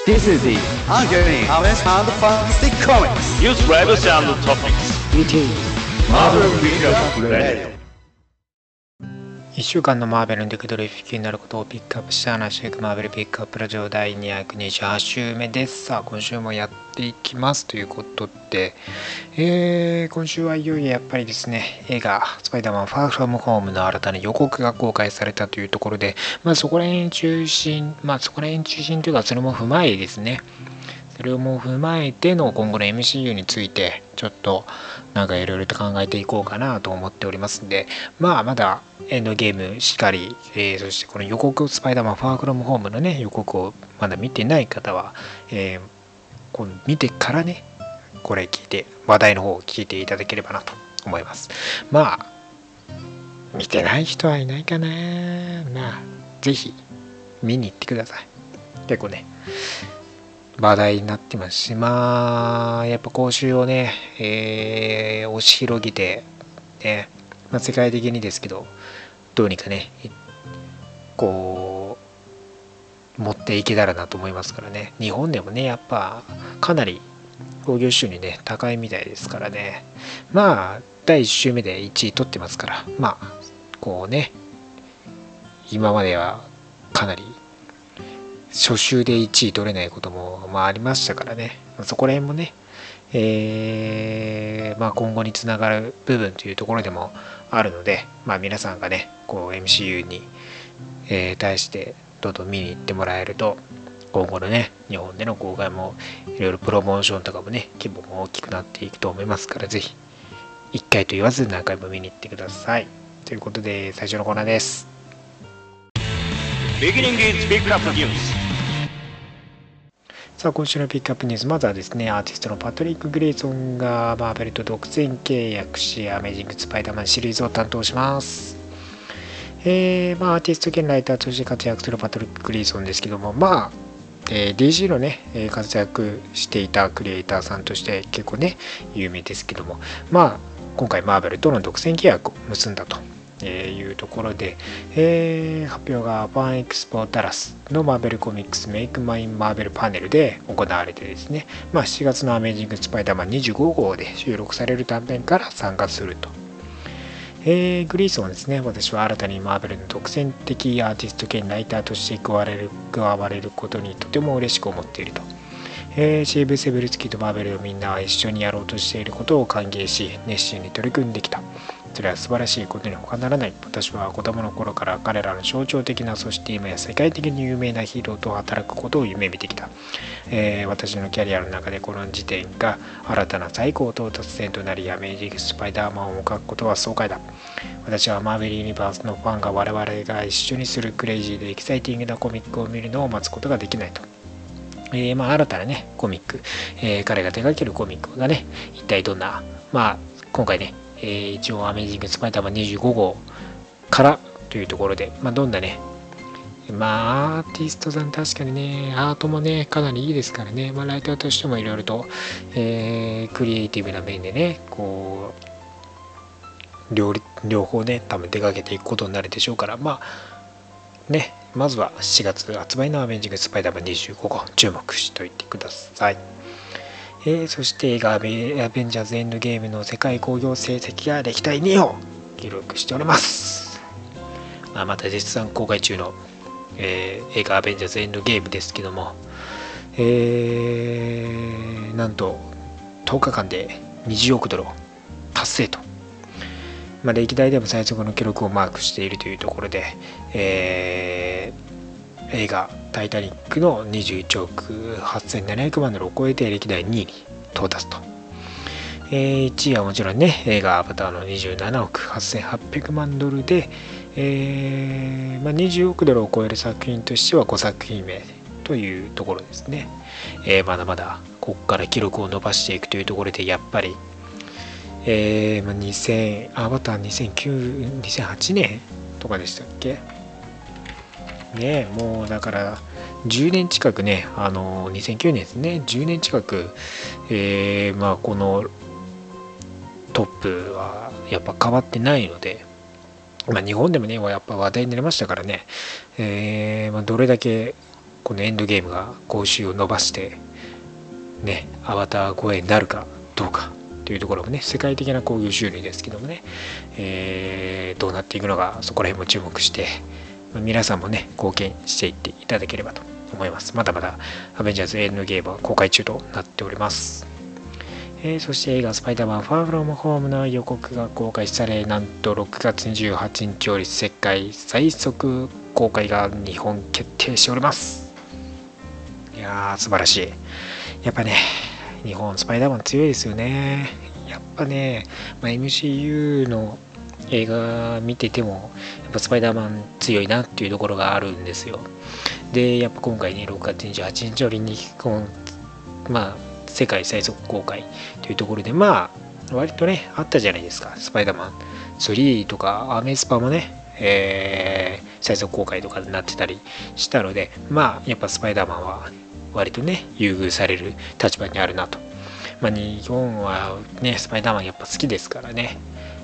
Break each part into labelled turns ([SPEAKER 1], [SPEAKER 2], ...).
[SPEAKER 1] This is the ongoing honest and fantastic comics.
[SPEAKER 2] News reviews and topics.
[SPEAKER 1] Meeting Marvel Pickup Radio.
[SPEAKER 3] 1週間のマーベルの出来鳥気になることをピックアップした話していくマーベルピックアップラジオ第228週目です。さあ今週もやっていきますということで、今週はいよいよやっぱりですね、映画スパイダーマンファーフロムホームの新たな予告が公開されたというところで、そこら辺中心というかそれも踏まえですね、それも踏まえての今後の MCU についてちょっとなんかいろいろと考えていこうかなと思っておりますんで、まだエンドゲームしかり、そしてこの予告スパイダーマンファーフロムホームのね予告をまだ見てない方は、この見てからねこれ聞いて話題の方を聞いていただければなと思います。見てない人はいないかな。ぜひ見に行ってください。結構ね話題になってますし、やっぱ講習をね、押し広げて、ね、世界的にですけど、どうにかね、こう、持っていけたらなと思いますからね。日本でもね、やっぱかなり興行収入ね、高いみたいですからね。第1週目で1位取ってますから、こうね、今まではかなり、初週で1位取れないこともありましたからね、そこら辺もね、今後につながる部分というところでもあるので、皆さんがねこう MCU に、対してどんどん見に行ってもらえると、今後のね日本での公開もいろいろプロモーションとかもね規模も大きくなっていくと思いますから、ぜひ1回と言わず何回も見に行ってください。ということで最初のコーナーです。
[SPEAKER 2] Beginning is pick up news.
[SPEAKER 3] さあ今週のピックアップニュース、まずはですね、アーティストのパトリック・グレイソンがマーベルと独占契約しアメージング・スパイダーマンシリーズを担当します。アーティスト兼ライターとして活躍するパトリック・グレイソンですけども、DC のね活躍していたクリエイターさんとして結構ね有名ですけども、今回マーベルとの独占契約を結んだというところで、発表がファンエクスポダラスのマーベルコミックスメイクマインマーベルパネルで行われてですね、7月のアメージングスパイダーマン25号で収録される短編から参加すると。グリーソンはですね、私は新たにマーベルの独占的アーティスト兼ライターとして加われることにとても嬉しく思っていると。シーブ・セブルスキーとマーベルのみんなは一緒にやろうとしていることを歓迎し熱心に取り組んできた。それは素晴らしいことに他ならない。私は子供の頃から彼らの象徴的な、そして今や世界的に有名なヒーローと働くことを夢見てきた。私のキャリアの中でこの時点が新たな最高到達点となり、アメージングスパイダーマンを描くことは爽快だ。私はマーベルユニバースのファンが我々が一緒にするクレイジーでエキサイティングなコミックを見るのを待つことができないと。新たなねコミック、彼が手掛けるコミックがね一体どんな、今回ね一応アメージングスパイダーマン25号からというところで、どんなねアーティストさん確かにねアートもねかなりいいですからね、ライターとしてもいろいろと、クリエイティブな面でねこう両方ね多分出かけていくことになるでしょうから、まずは7月発売のアメージングスパイダーマン25号注目しておいてください。そして映画アベンジャーズエンドゲームの世界興行成績が歴代2位を記録しております。また絶賛公開中の、映画アベンジャーズエンドゲームですけども、なんと10日間で20億ドルを達成と、歴代でも最速の記録をマークしているというところで、映画タイタニックの21億8700万ドルを超えて歴代2位に到達と。1位はもちろんね映画アバターの27億8800万ドルで、20億ドルを超える作品としては5作品目というところですね。まだまだここから記録を伸ばしていくというところで、やっぱりアバター2008年とかでしたっけね。もうだから10年近くね2009年ですね、10年近く、このトップはやっぱ変わってないので、日本でもねやっぱ話題になりましたからね、どれだけこのエンドゲームが報酬を伸ばしてねアバター超えになるかどうかというところもね、世界的な興行収入ですけどもね、どうなっていくのか、そこら辺も注目して皆さんもね貢献していっていただければと思います。まだまだアベンジャーズエンドゲームは公開中となっております。そして映画スパイダーマンファーフロムホームの予告が公開され、なんと6月28日より世界最速公開が日本決定しております。いやー素晴らしい。やっぱね日本スパイダーマン強いですよね。やっぱね、MCU の映画見ててもやっぱスパイダーマン強いなっていうところがあるんですよ。でやっぱ今回ね6月28日よりに世界最速公開というところで割とねあったじゃないですか。スパイダーマン3とかアメスパもね、最速公開とかになってたりしたので、やっぱスパイダーマンは割とね優遇される立場にあるなと。日本はねスパイダーマンやっぱ好きですからね、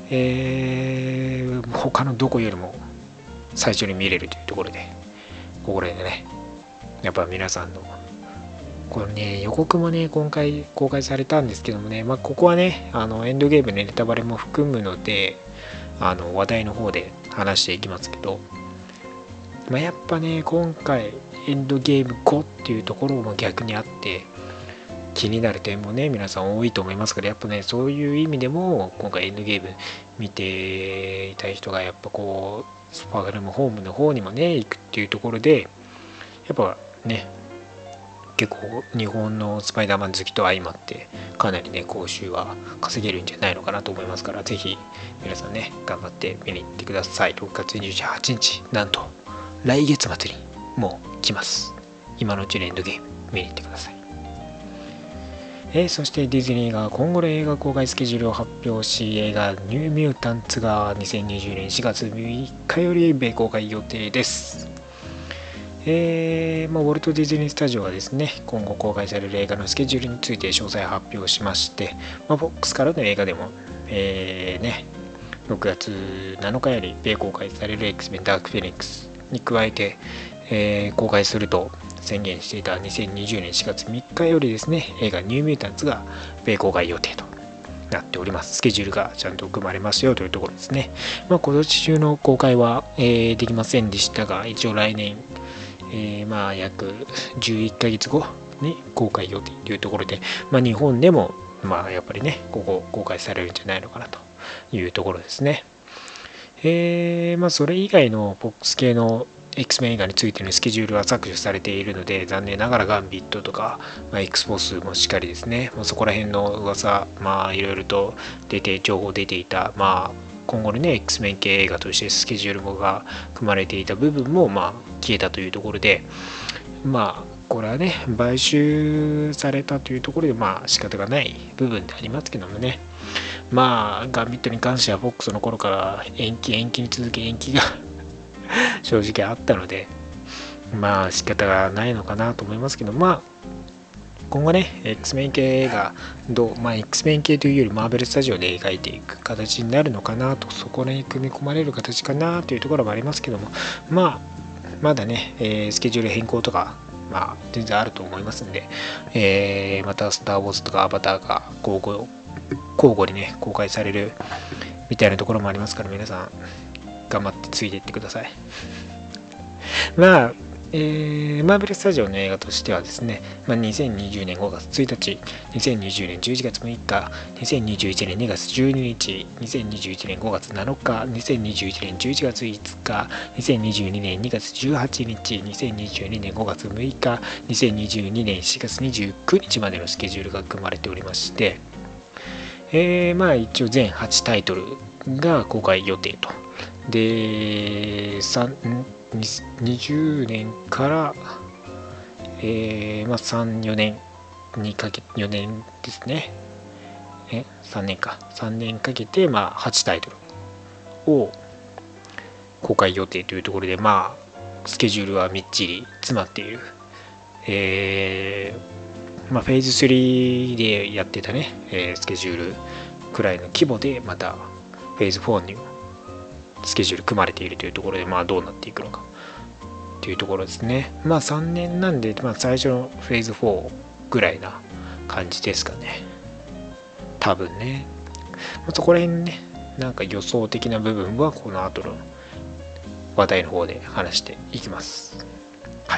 [SPEAKER 3] 他のどこよりも最初に見れるというところで、ここでねやっぱ皆さんのこれね予告もね今回公開されたんですけどもね、ここはねエンドゲームのネタバレも含むので話題の方で話していきますけど、やっぱね今回エンドゲーム後っていうところも逆にあって気になる点もね皆さん多いと思いますから、やっぱねそういう意味でも今回エンドゲーム見ていた人がやっぱこうスパーガルムホームの方にもね行くっていうところで、やっぱね結構日本のスパイダーマン好きと相まってかなりね報酬は稼げるんじゃないのかなと思いますから、ぜひ皆さんね頑張って見に行ってください。6月28日なんと来月末にもう来ます。今のうちにエンドゲーム見に行ってください。そしてディズニーが今後の映画公開スケジュールを発表し、映画ニューミュータンツが2020年4月6日より米公開予定です。ウォルト・ディズニー・スタジオはですね今後公開される映画のスケジュールについて詳細発表しまして、FOX からの映画でも、6月7日より米公開される X メンダークフェニックスに加えて、公開すると宣言していた2020年4月3日よりですね映画ニューミュータンツが米公開予定となっております。スケジュールがちゃんと組まれますよというところですね。今年中の公開は、できませんでしたが、一応来年約11ヶ月後に公開予定というところで、日本でもやっぱりねここ公開されるんじゃないのかなというところですね。それ以外のボックス系の X メン映画についてのスケジュールは削除されているので、残念ながらガンビットとか、X フォースもしっかりですね、そこら辺の噂いろいろと情報出ていた、今後のね X メン系映画としてスケジュールが組まれていた部分も消えたというところで、これはね買収されたというところで仕方がない部分でありますけどもね、ガンビットに関しては FOX の頃から延期に続き延期が正直あったので仕方がないのかなと思いますけど、今後ね X メン系映画X メン系というよりマーベルスタジオで描いていく形になるのかなと、そこに組み込まれる形かなというところもありますけども、まだね、スケジュール変更とか全然あると思いますんで、またスター・ウォーズとかアバターが交互にね公開されるみたいなところもありますから、皆さん頑張ってついていってください。マーベルスタジオの映画としてはですね、2020年5月1日、2020年11月6日、2021年2月12日、2021年5月7日、2021年11月5日、2022年2月18日、2022年5月6日、2022年4月29日までのスケジュールが組まれておりまして、一応全8タイトルが公開予定と。で、20年から、3、4年にかけ4年ですね。3年かけて、8タイトルを公開予定というところで、スケジュールはみっちり詰まっている。フェーズ3でやってたね、スケジュールくらいの規模で、またフェーズ4にスケジュール組まれているというところで、どうなっていくのか。 っていうところですね。まあ3年なんで、まあ、最初のフェーズ4ぐらいな感じですかね。多分ね。そこら辺ね、なんか予想的な部分はこの後の話題の方で話していきます。はい。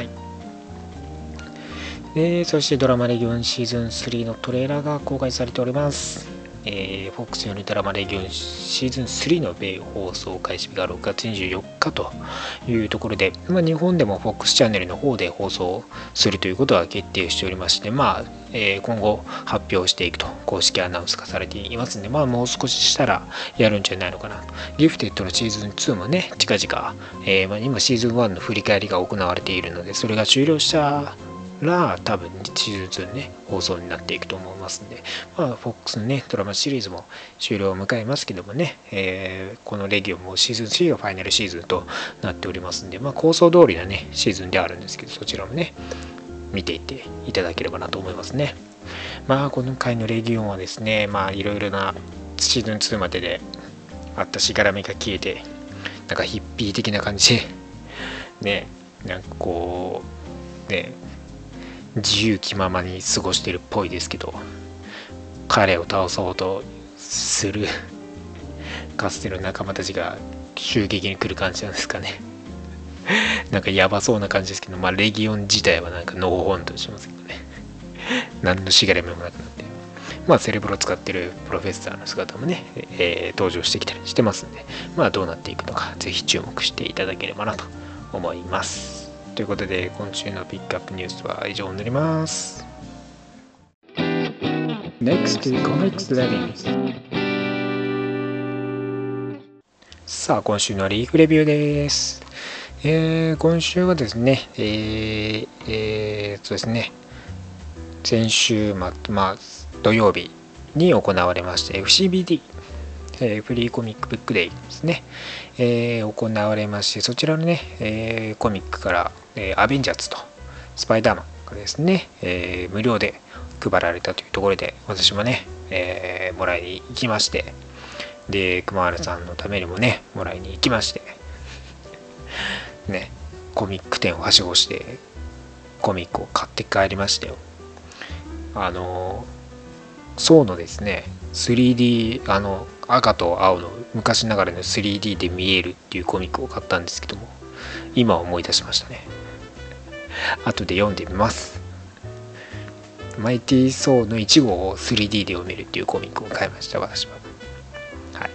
[SPEAKER 3] そしてドラマレギオンシーズン3のトレーラーが公開されております。FOX よりドラマレギオンシーズン3の米放送開始日が6月24日というところで、日本でも FOX チャンネルの方で放送するということは決定しておりまして、今後発表していくと公式アナウンスがされていますので、もう少ししたらやるんじゃないのかなと。ギフテッドのシーズン2もね、近々、今シーズン1の振り返りが行われているので、それが終了したら多分シーズン2ね放送になっていくと思いますんで、FOX のねドラマシリーズも終了を迎えますけどもね、このレギオンもシーズン3がファイナルシーズンとなっておりますんで、構想通りなねシーズンであるんですけど、そちらもね見ていっていただければなと思いますね。今回のレギオンはですね、いろいろなシーズン2までであったしがらみが消えて、なんかヒッピー的な感じでね、なんかこうね自由気ままに過ごしてるっぽいですけど、彼を倒そうとするかつての仲間たちが襲撃に来る感じなんですかね。なんかやばそうな感じですけど、レギオン自体はなんかのほほんとしますけどね。何のしがらみもなくなって、セレブロを使ってるプロフェッサーの姿もね、登場してきたりしてますんで、どうなっていくのかぜひ注目していただければなと思います。ということで今週のピックアップニュースは以上になります。 Next to Comics Reading。 さあ今週のリーフレビューです。今週はですね、そうですね、先週土曜日に行われました FCBD、フリーコミックブックデイですね、行われまして、そちらのね、コミックから、アベンジャーズとスパイダーマンがですね、無料で配られたというところで、私もね、もらいに行きまして、で熊原さんのためにもねもらいに行きましてね、コミック店をはしごしてコミックを買って帰りましたよ。そうのですね 3D 赤と青の昔ながらの 3D で見えるっていうコミックを買ったんですけども、今思い出しましたね。後で読んでみます。マイティー・ソーの1号を 3D で読めるっていうコミックを買いました、私は。はい。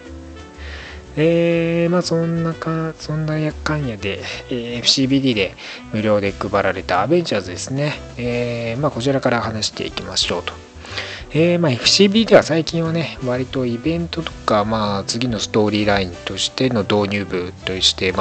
[SPEAKER 3] そんなやかんやで、FCBD で無料で配られたアベンジャーズですね。こちらから話していきましょうと。FCB では最近はね割とイベントとか、次のストーリーラインとしての導入部として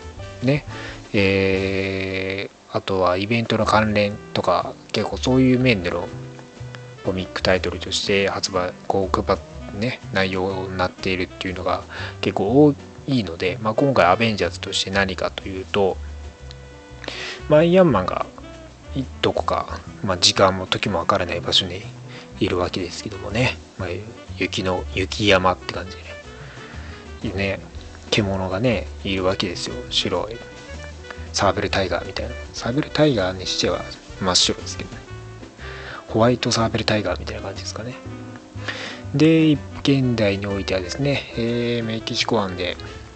[SPEAKER 3] あとはイベントの関連とか結構そういう面でのコミックタイトルとして発売内容になっているっていうのが結構多いので、今回アベンジャーズとして何かというと、アイアンマンがどこか、時間も時もわからない場所にいるわけですけどもね、雪山って感じでね、獣がねいるわけですよ。白いサーベルタイガーみたいな、サーベルタイガーにしては真っ白ですけどね、ホワイトサーベルタイガーみたいな感じですかね。で現代においてはですね、メキシコ湾で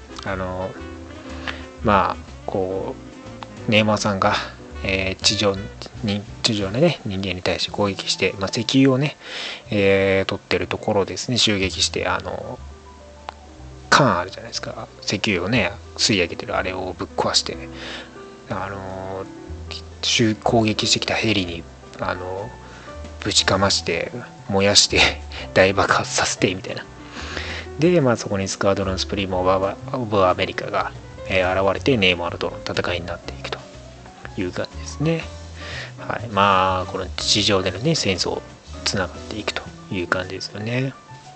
[SPEAKER 3] ネイマーさんが、地上のね人間に対して攻撃して、石油をね、取ってるところをですね襲撃して、缶あるじゃないですか、石油をね吸い上げてるあれをぶっ壊して、攻撃してきたヘリにぶちかまして燃やして大爆発させてみたいな。でそこにスクワドロンスプリームオブアメリカが、現れてネイマールとの戦いになっていくという感じですね。はい、この地上でのね戦争つながっていくという感じですよね。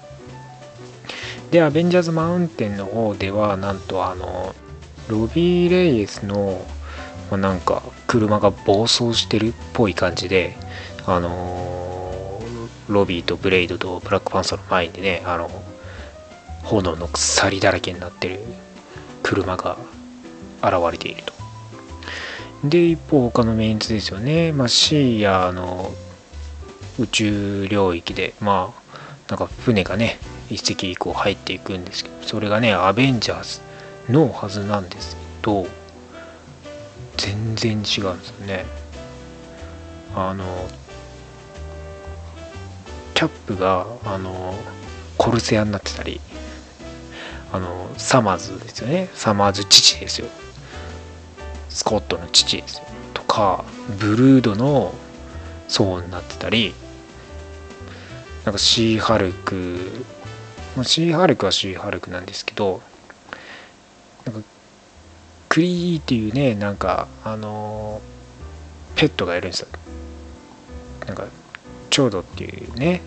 [SPEAKER 3] でアベンジャーズマウンテンの方ではなんとロビー・レイエスのなんか車が暴走してるっぽい感じで、ロビーとブレイドとブラックパンサーの前にね炎の鎖だらけになってる車が現れているとで一方他のメンツですよね。シーヤの宇宙領域でなんか船がね一隻以降入っていくんですけど、それがねアベンジャーズのはずなんですけど、全然違うんですよね。キャップがコルセアになってたり、サマーズですよね。サマーズ父ですよ。スコットの父ですよとか、ブルードの層になってたり、なんかシーハルクはシーハルクなんですけど、なんかクリーっていうね、なんかペットがいるんですよ。なんかチョードっていうね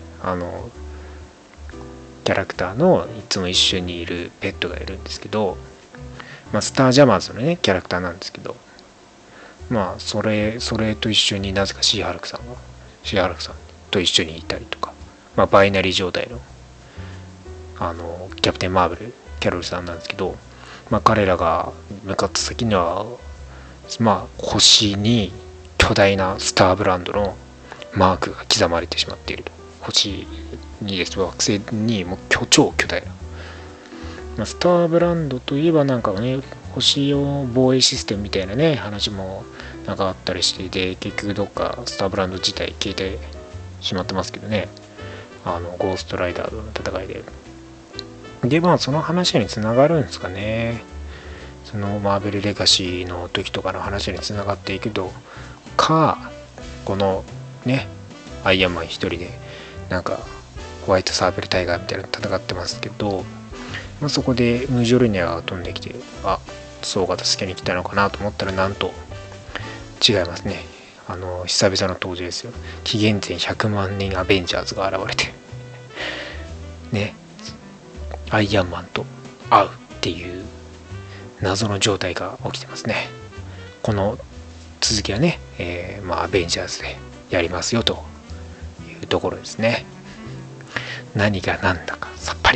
[SPEAKER 3] キャラクターのいつも一緒にいるペットがいるんですけど、スタージャマーズのねキャラクターなんですけど、それと一緒になぜかシーハルクさんと一緒にいたりとか、バイナリー状態のキャプテンマーベルキャロルさんなんですけど、彼らが向かった先には星に巨大なスターブランドのマークが刻まれてしまっていると。星にです惑星にもう超巨大な、スターブランドといえばなんかね、星用防衛システムみたいなね話もなんかあったりして、で結局どっかスターブランド自体消えてしまってますけどね、ゴーストライダーの戦いで。その話につながるんですかね。そのマーベルレガシーの時とかの話につながっていくとか、このねアイアンマン一人でなんかホワイトサーベルタイガーみたいなの戦ってますけど、そこでムジョルニャが飛んできて、ソーが助けに来たのかなと思ったら、なんと違いますね。久々の登場ですよ。紀元前100万年アベンジャーズが現れてね、アイアンマンと会うっていう謎の状態が起きてますね。この続きはね、アベンジャーズでやりますよというところですね。何が何だかさっぱり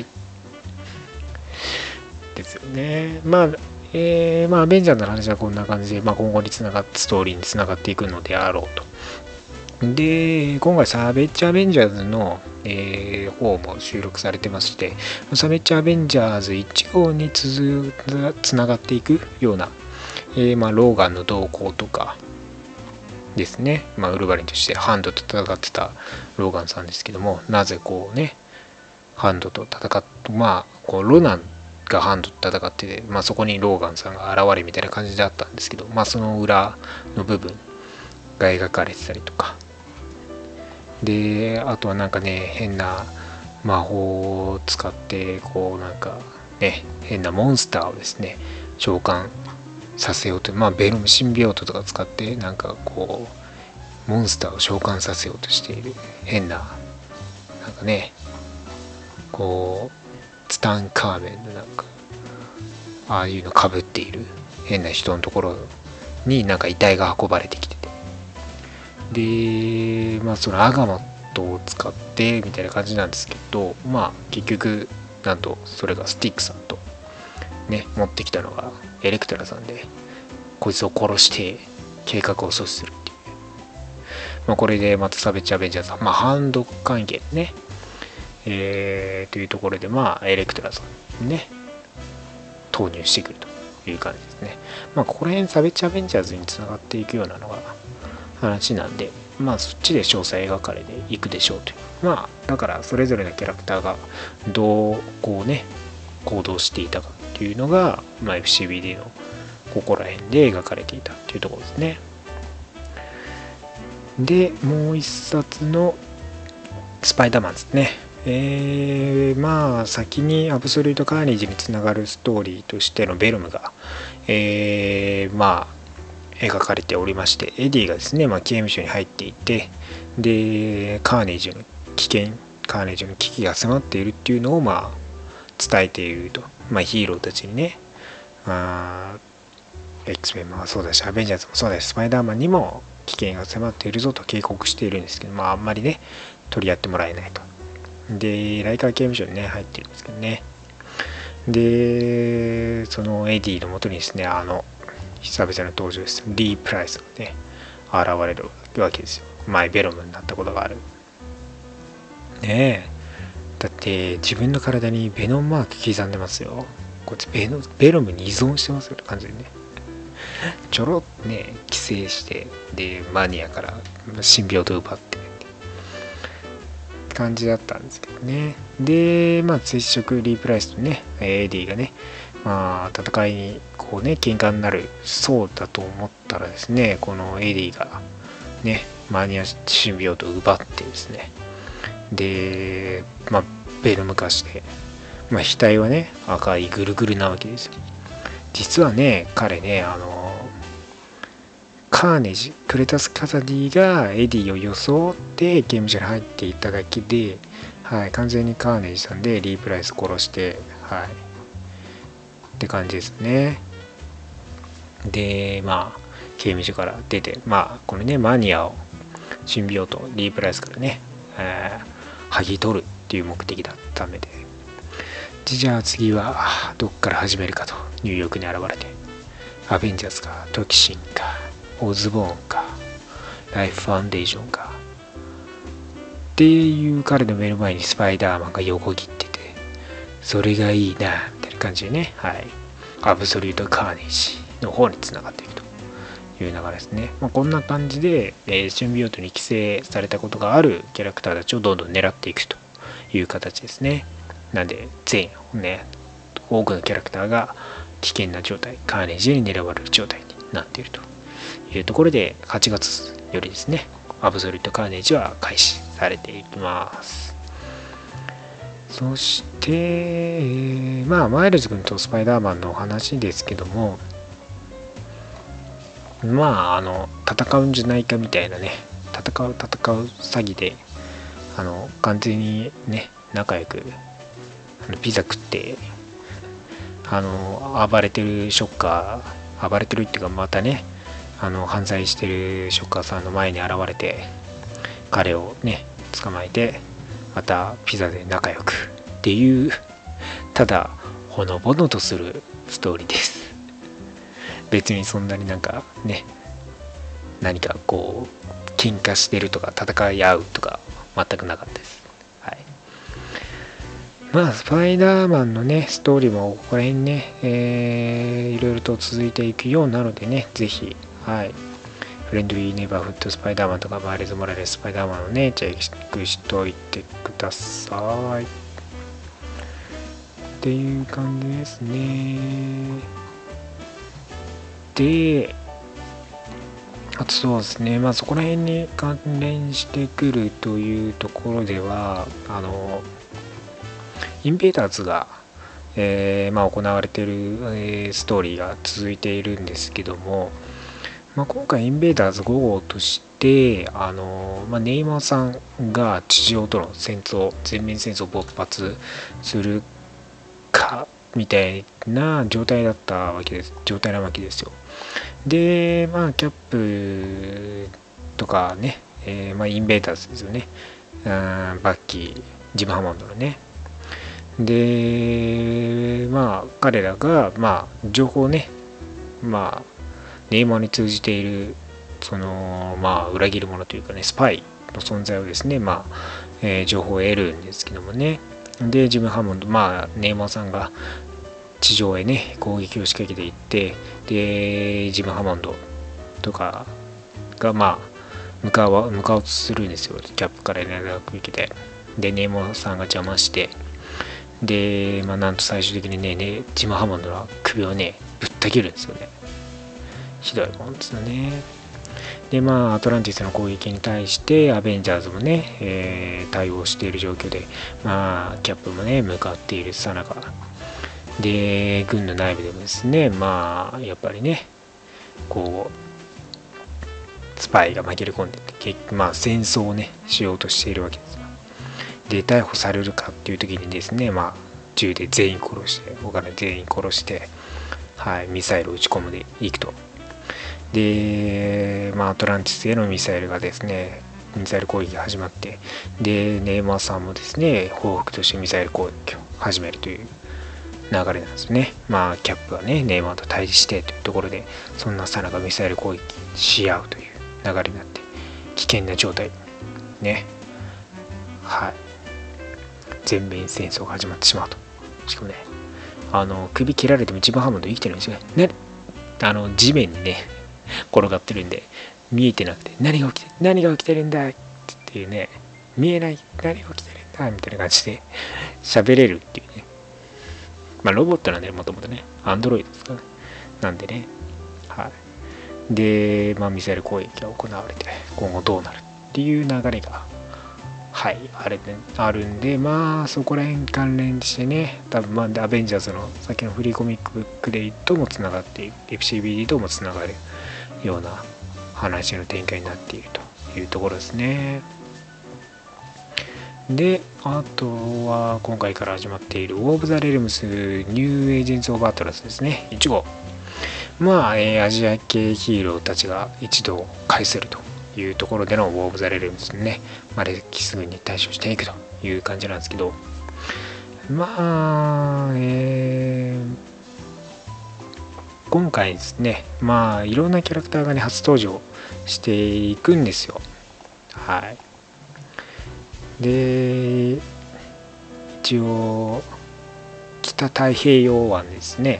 [SPEAKER 3] ですよね。アベンジャーズの話はこんな感じで、今後につながってストーリーにつながっていくのであろうと。で今回サベッジアベンジャーズの、方も収録されてまして、サベッジアベンジャーズ1号につながっていくような、ローガンの動向とかですね、ウルヴァリンとしてハンドと戦ってたローガンさんですけども、なぜこうねハンドと戦って、ロナンがハンドと戦ってて、そこにローガンさんが現れみたいな感じだったんですけど、その裏の部分が描かれてたりとかで、あとはなんかね変な魔法を使ってこうなんかね変なモンスターをですね召喚させようと、ベノムシンビオートとか使ってなんかこうモンスターを召喚させようとしている変ななんかねこうツタンカーメンのなんかああいうの被っている変な人のところになんか遺体が運ばれてきてて、でそのアガモットを使ってみたいな感じなんですけど、結局なんとそれがスティックさんとね持ってきたのがエレクトラさんで、こいつを殺して計画を阻止するっていう、これでまたサベッジアベンジャーズさん、ハンド関係ね、というところでエレクトラさんにね投入してくるという感じですね。ここら辺サベッジアベンジャーズにつながっていくようなのが話なんで、そっちで詳細描かれていくでしょうという、だからそれぞれのキャラクターがどうこうね行動していたかっていうのが、FCBD のここら辺で描かれていたっていうところですね。でもう一冊のスパイダーマンですね。先にアブソリュートカーネージにつながるストーリーとしてのベルムが、描かれておりまして、エディがですね、刑務所に入っていて、でカーネージの危機が迫っているっていうのを伝えていると、ヒーローたちにね、X メンもそうだしアベンジャーズもそうだしスパイダーマンにも危険が迫っているぞと警告しているんですけど、あんまりね取り合ってもらえないと。でライカー刑務所にね入ってるんですけどね、でそのエディのもとにですね久々の登場です。リー・プライスがね、現れるわけですよ。前ベノムになったことがある。ねえ。だって自分の体にベノムマーク刻んでますよ。こいつベノムに依存してますよ、完全にね。ちょろっとね、寄生して、で、マニアから神病と奪ってって感じだったんですけどね。で、まあ、接触リープライスとね、エディがね、まあ、戦いに、こうね、喧嘩になるそうだと思ったらですね、このエディが、ね、マニア神病と奪ってですね、で、まあ、ベノム化して、まあ、額はね、赤いぐるぐるなわけですよ。実はね、彼ね、カーネージ、クレタス・カサディがエディを装って刑務所に入っていっただけで、はい、完全にカーネージさんでリー・プライス殺して、はい、って感じですね。で、まあ、刑務所から出て、まあ、これね、マニアを神病とリー・プライスからね、剥ぎ取るっていう目的だったためで、じゃあ次はどっから始めるかと、ニューヨークに現れて、アベンジャーズか、トキシンか、オズボーンか、ライフファンデーションかっていう彼の目の前にスパイダーマンが横切ってて、それがいいなみたいな感じでね、はい、アブソリュートカーネージの方につながっているという流れですね。まあ、こんな感じで、シンビオートに寄生されたことがあるキャラクターたちをどんどん狙っていくという形ですね。なんで全員ね、多くのキャラクターが危険な状態、カーネージに狙われる状態になっているというところで、8月よりですね、アブソリュートカーネージは開始されていきます。そして、まあマイルズ君とスパイダーマンの話ですけども、まあ戦うんじゃないかみたいなね、戦う詐欺で完全にね仲良くピザ食って暴れてるショッカー、暴れてるっていうか、またね犯罪してるショッカーさんの前に現れて彼をね捕まえて、またピザで仲良くっていう、ただほのぼのとするストーリーです。別にそんなになんかね、何かこう喧嘩してるとか戦い合うとか全くなかったです。はい。まあスパイダーマンのねストーリーもここら辺ね、いろいろと続いていくようなのでね、ぜひ、はい、フレンドリーネイバーフッドスパイダーマンとかマイルズ・モラレススパイダーマンをねチェックしといてくださいっていう感じですね。で、あとそうですね、まあそこら辺に関連してくるというところでは、インベーダーズが、まあ、行われている、ストーリーが続いているんですけども、まあ、今回インベーダーズ5号としてまあ、ネイマーさんが地上との戦争、全面戦争勃発するかみたいな状態なわけですよ。で、まあキャップとかね、まあ、インベーダーズですよね、バッキー、ジム・ハモンドのね、でまあ彼らがまあ情報をね、まあネイマーに通じているそのまあ裏切る者というかね、スパイの存在をですね、まあ、情報を得るんですけどもね、でジム・ハモンド、まあネイマーさんが地上へね攻撃を仕掛けていって、でジム・ハモンドとかがまあ向かおうとするんですよ、キャップから連絡を受けて、でネイマーさんが邪魔して、で、まあ、なんと最終的にねジム・ハモンドの首をねぶった切るんですよね。ひどいもんですよね。でまあアトランティスの攻撃に対してアベンジャーズもね、対応している状況で、まあキャップもね向かっているさなかで、軍の内部でもですね、まあやっぱりねこうスパイが紛れ込んでて、まあ戦争をねしようとしているわけですよ。で逮捕されるかっていう時にですね、まあ銃で全員殺して、他の全員殺して、はい、ミサイルを撃ち込むでいくと。で、まあ、アトランティスへのミサイルがですね、ミサイル攻撃が始まって、でネイマーさんもですね報復としてミサイル攻撃を始めるという流れなんですよね。まあキャップはねネイマーと対峙してというところで、そんなさなかミサイル攻撃し合うという流れになって危険な状態ね。はい、全米戦争が始まってしまうと。しかもね首切られても一番ハーモンド生きてるんですよね。地面にね転がってるんで見えてなくて、何が起きてるんだっていうね、見えない、何が起きてるんだみたいな感じで喋れるっていうね。まあロボットなんで、もともとねアンドロイドですからね。なんでね、はい。でまあミサイル攻撃が行われて今後どうなるっていう流れがはいあるんで、まあそこら辺関連してね、多分まあアベンジャーズのさっきのフリーコミックブックでともつながっている、 FCBD ともつながるような話の展開になっているというところですね。であとは今回から始まっているウォー・オブ・ザ・レルムスニュー・エージェンツ・オブ・アトラスですね。1号、まあ、アジア系ヒーローたちが一度返せるというところでのウォー・オブ・ザ・レルムスにね、レキス軍に対処していくという感じなんですけど、まあ、今回ですね、まあいろんなキャラクターがね初登場していくんですよ。はい。で一応北太平洋湾ですね、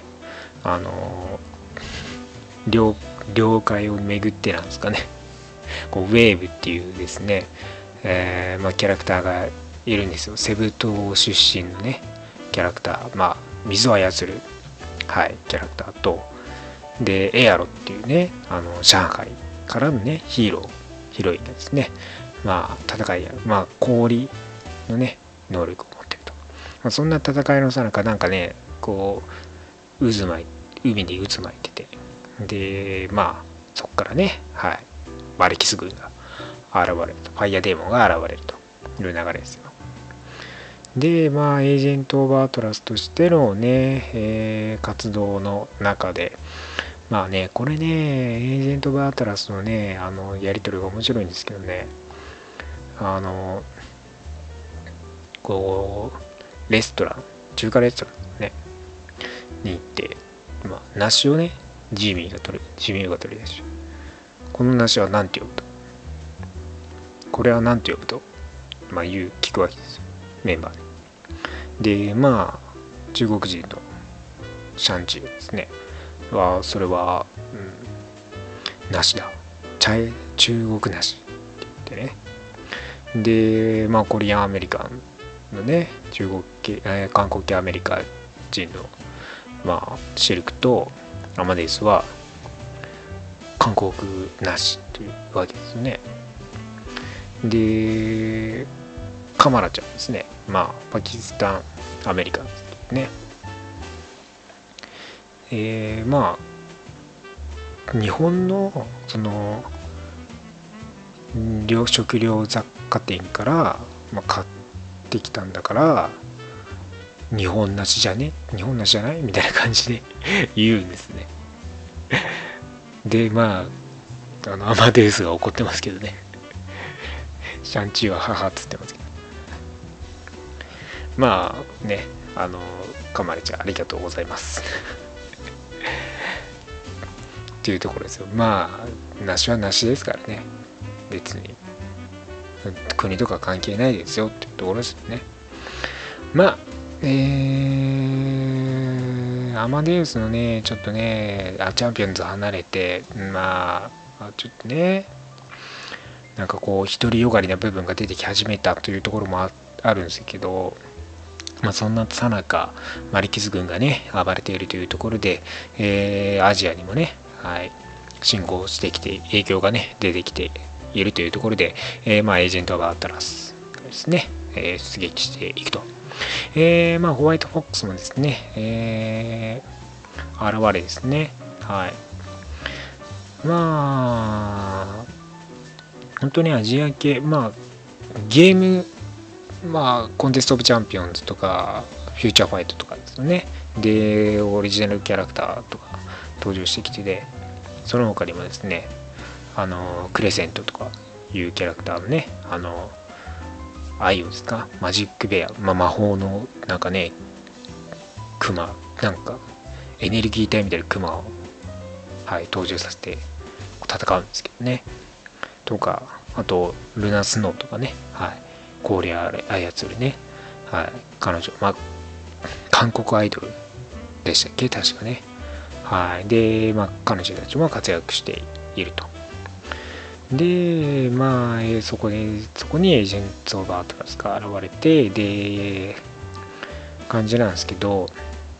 [SPEAKER 3] 領海を巡ってなんですかね、こうウェーブっていうですね、まあ、キャラクターがいるんですよ。セブ島出身のねキャラクター、まあ水を操る、はい、キャラクターと、でエアロっていうね上海からのねヒロインがですね、まあ戦いやる、まあ氷のね能力を持ってると、まあ、そんな戦いのさなかなんかねこう海に渦巻いてて、でまあそこからね、はい、バレキス軍が現れると、ファイヤーデーモンが現れるという流れですよ。でまあエージェント・オブ・アトラスとしてのね、活動の中でまあねこれねエージェント・オブ・アトラスのねやり取りが面白いんですけどね、こう中華レストランねに行って、まあ、梨をねジミーが取り出し、この梨は何て呼ぶと、これは何て呼ぶと、まあ聞くわけですよ、メンバーで。でまあ中国人のシャンチーですねそれは、梨だ、中国梨って言ってね。でまあコリアンアメリカンのね韓国系アメリカ人のまあシルクとアマデウスは韓国梨というわけですね。でカマラちゃんですね、まあパキスタンアメリカンですね。まあ日本のその食料雑貨店から、まあ、買ってきたんだから日本梨じゃないみたいな感じで言うんですね。でまあアマデウスが怒ってますけどねシャンチーは母っつってますけど、まあねかまれちゃんありがとうございますっていうところですよ。まあ梨は梨ですからね、別に国とか関係ないですよっていうところですよね。まあアマデウスのねちょっとねチャンピオンズ離れて、まあちょっとねなんかこう独りよがりな部分が出てき始めたというところもあるんですけど、まあ、そんなさなかマリキス軍がね暴れているというところで、アジアにもね、はい、侵攻してきて影響がね出てきているというところで、まあエージェント・オブ・アトラスがですね、出撃していくと。まあホワイトフォックスもですね、現れですね。はい。まあ本当にアジア系、まあゲーム、まあコンテストオブチャンピオンズとかフューチャーファイトとかですよね。でオリジナルキャラクターとか登場してきてで、その他にもですねクレセントとかいうキャラクターのねアイオですか、マジックベア、まあ、魔法のなんかねクマ、なんかエネルギー体みたいなクマを、はい、登場させて戦うんですけどね。とか、あとルナスノーとかね、はい、氷操るね、はい、彼女、まあ韓国アイドルでしたっけ、確かね。はい。で、まあ彼女たちも活躍していると。で、まあ、そこにエージェント・オブ・アトラスが現れて、で、感じなんですけど、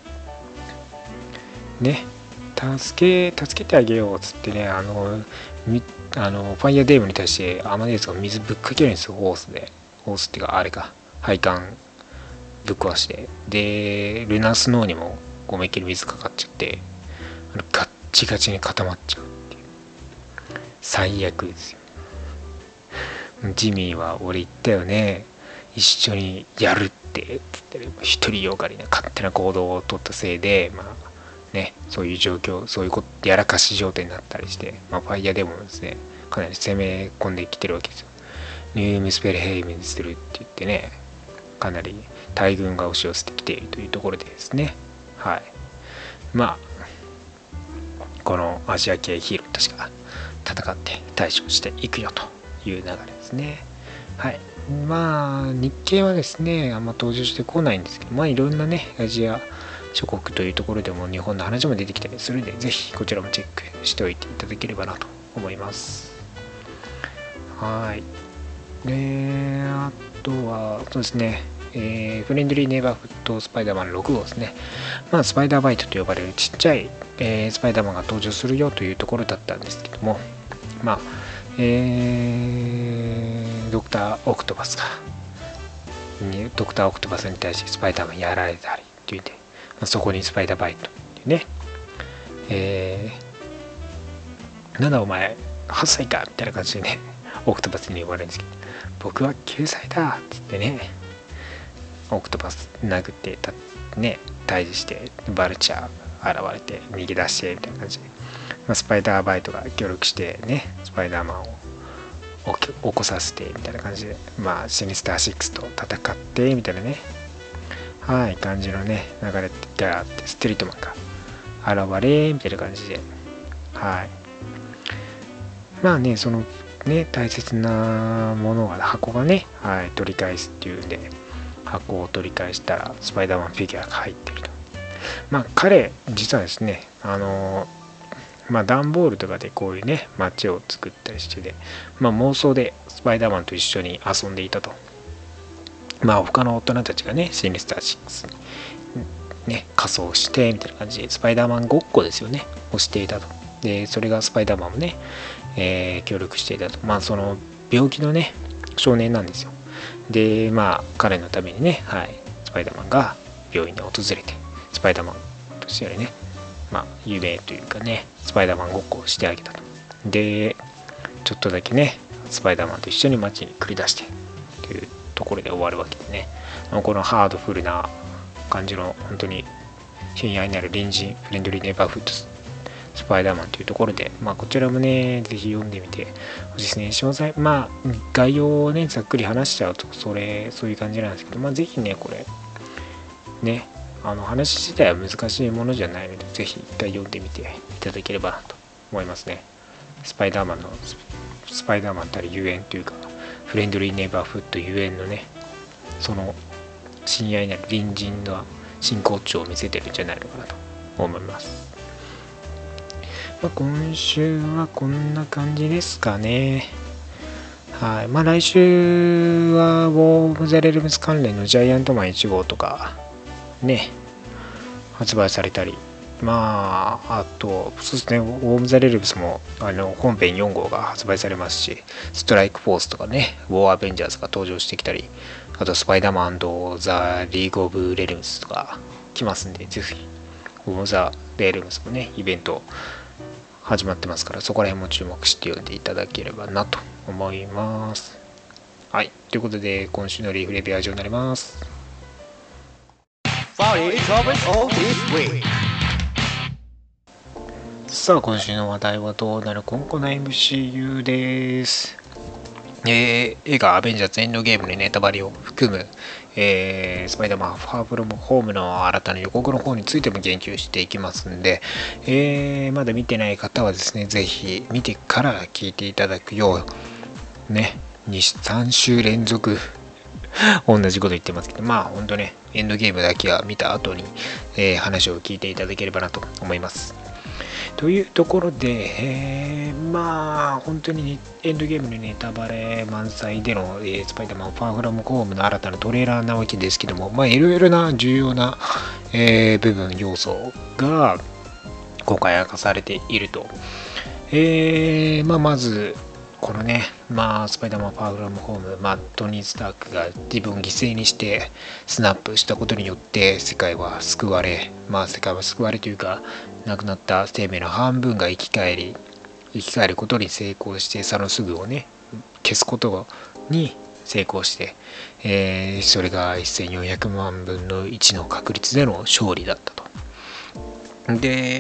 [SPEAKER 3] ね、助けてあげようっつってね、ファイヤーデームに対してアマデウスが水ぶっかけるんですよ、ホースっていうか、あれか、配管ぶっ壊して。で、ルナスノーにも思いっきり水かかっちゃって、ガッチガチに固まっちゃうっていう。最悪ですよ。ジミーは俺言ったよね、一緒にやるってつって、独りよがりな勝手な行動を取ったせいで、まあね、そういう状況、そういうことやらかし状態になったりして、まあ、ファイヤーでもですね、かなり攻め込んできてるわけですよ。ニュームスペルヘイメンするって言ってね、かなり大軍が押し寄せてきているというところでですね、はい、まあこのアジア系ヒーローたちが戦って対処していくよという流れですね。はい。まあ日系はですね、あんま登場してこないんですけど、まあいろんなね、アジア諸国というところでも日本の話も出てきたりするので、ぜひこちらもチェックしておいていただければなと思います。はい。で、あとはそうですね、フレンドリーネイバーフットスパイダーマン6号ですね。まあスパイダーバイトと呼ばれるちっちゃい、スパイダーマンが登場するよというところだったんですけども、まあ、ドクター・オクトパスに対してスパイダーマンやられたりっていうんで、まあ、そこにスパイダーバイトっていうね、なんだお前8歳かみたいな感じでね、オクトパスに言われるんですけど、僕は9歳だっつってね、オクトパス殴ってね、退治してバルチャー現れて逃げ出してみたいな感じで、まあ、スパイダーバイトが協力してね、スパイダーマンを起こさせてみたいな感じで、まあシニスター6と戦ってみたいなね、はい、感じのね流れがあって、ストリートマンが現れみたいな感じで、はい、まあね、そのね大切なものが箱がね、はい、取り返すっていうんで、箱を取り返したらスパイダーマンフィギュアが入ってると。まあ彼実はですね、まあ段ボールとかでこういうね街を作ったりしてて、まあ妄想でスパイダーマンと一緒に遊んでいたと。まあ他の大人たちがねシニスター6にね仮装してみたいな感じでスパイダーマンごっこですよねをしていたと。でそれがスパイダーマンもね、協力していたと。まあその病気のね少年なんですよ。でまあ彼のためにね、はい、スパイダーマンが病院に訪れて、スパイダーマンとしてね、まあ夢というかね、スパイダーマンごっこをしてあげたと。でちょっとだけねスパイダーマンと一緒に街に繰り出してというところで終わるわけですね。このハードフルな感じの本当に親愛なる隣人フレンドリーネイバーフッドスパイダーマンというところで、まあ、こちらもねぜひ読んでみてほしいですね。詳細、まあ概要をねざっくり話しちゃうとそういう感じなんですけど、まあぜひねこれね話自体は難しいものじゃないので、ぜひ一回読んでみていただければなと思いますね。スパイダーマンたるゆえんというか、フレンドリーネイバーフッドゆえんのね、その親愛なる隣人の真骨頂を見せてるんじゃないのかなと思います。まあ、今週はこんな感じですかね。はい。まあ来週はウォー・オブ・ザ・レルムス関連のジャイアントマン1号とかね発売されたり、まああとそうですね、ウォー・オブ・ザ・レルムスも本編4号が発売されますし、ストライク・フォースとかね、ウォー・アベンジャーズが登場してきたり、あとスパイダーマン&ザ・リーグ・オブ・レルムスとか来ますんで、ぜひウォー・オブ・ザ・レルムスもねイベント始まってますから、そこら辺も注目して読んでいただければなと思います。はい、ということで今週のリーフレビューは以上になります。さあ今週の話題はどうなる今後の MCU です。 映画アベンジャーズエンドゲームのネタバレを含む、スパイダーマンファーフロムホームの新たな予告の方についても言及していきますんで、まだ見てない方はですね、ぜひ見てから聞いていただくようね、3週連続同じこと言ってますけど、まあ本当ね、エンドゲームだけは見た後に、話を聞いていただければなと思います。というところで、まあ本当にエンドゲームのネタバレ満載での、スパイダーマンファーフラムホームの新たなトレーラーなわけですけども、まあいろいろな重要な、部分要素が今回明かされていると、まずこのね、スパイダーマンファーフラムホーム、トニー・スタークが自分を犠牲にしてスナップしたことによって世界は救われ、世界は救われというか、亡くなった生命の半分が生き返ることに成功して、サノスグをね、消すことに成功して、それが1400万分の1の確率での勝利だったと。で、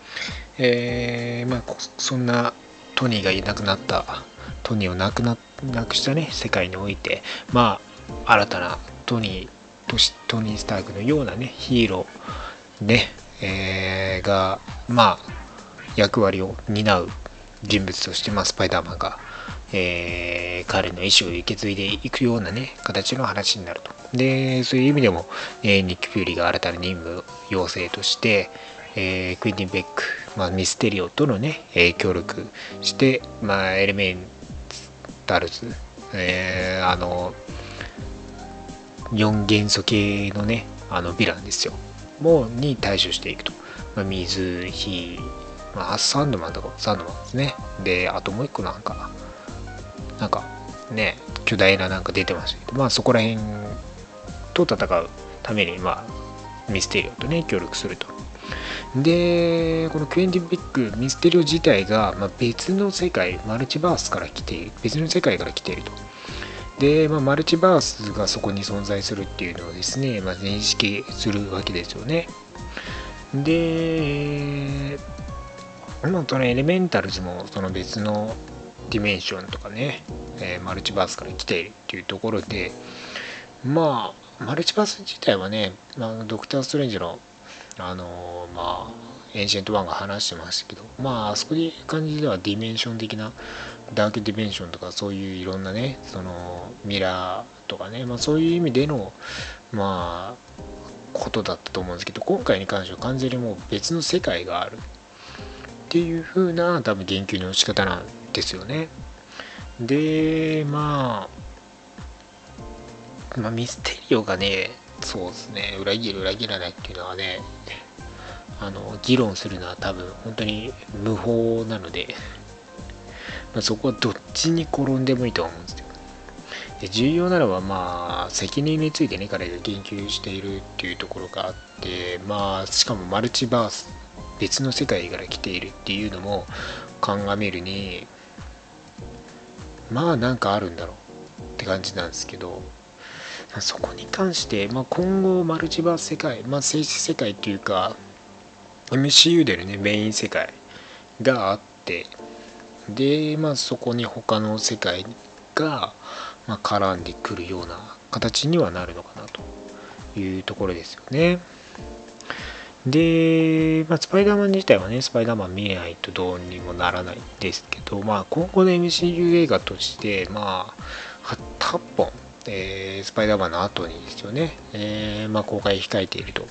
[SPEAKER 3] そんなトニーがいなくなった、トニーをなくしたね、世界において、新たなトニー・スタークのようなね、ヒーローね、が、役割を担う人物として、スパイダーマンが、彼の意思を受け継いでいくようなね、形の話になると。で、そういう意味でも、ニック・フューリーが新たな任務要請として、クインティン・ベック、ミステリオとのね、協力して、エレメンタルズ、4元素系のね、ヴィランですよ、に対処していくと。水、火、サンドマンですね。で、あともう一個なんかね、巨大な出てましたけど、そこら辺と戦うために、ミステリオとね、協力すると。で、このクエンティン・ベック、ミステリオ自体が、別の世界、マルチバースから来ている、別の世界から来ていると。で、マルチバースがそこに存在するっていうのをですね、認識するわけですよね。で、そのエレメンタルズもその別のディメンションとかね、マルチバースから来ているっていうところで、マルチバース自体はね、ドクター・ストレンジのエンシェントワンが話してましたけど、あそこで感じではディメンション的な、ダークディメンションとか、そういういろんなね、そのミラーとかね、そういう意味でのことだったと思うんですけど、今回に関しては完全にもう別の世界があるっていう風な多分言及の仕方なんですよね。で、ミステリオがね、そうですね、裏切らないっていうのはね、議論するのは多分本当に無法なので、そこはどっちに転んでもいいとは思うんですよ。で、重要なのは責任についてね、彼が言及しているっていうところがあって、しかもマルチバース、別の世界から来ているっていうのも鑑みるに、なんかあるんだろうって感じなんですけど、そこに関して、今後マルチバース世界、静止世界っていうか MCU でのね、メイン世界があって、で、そこに他の世界が、絡んでくるような形にはなるのかなというところですよね。で、スパイダーマン自体はね、スパイダーマン見ないとどうにもならないですけど、今後の MCU 映画として、8本、スパイダーマンの後にですよね、公開控えていると。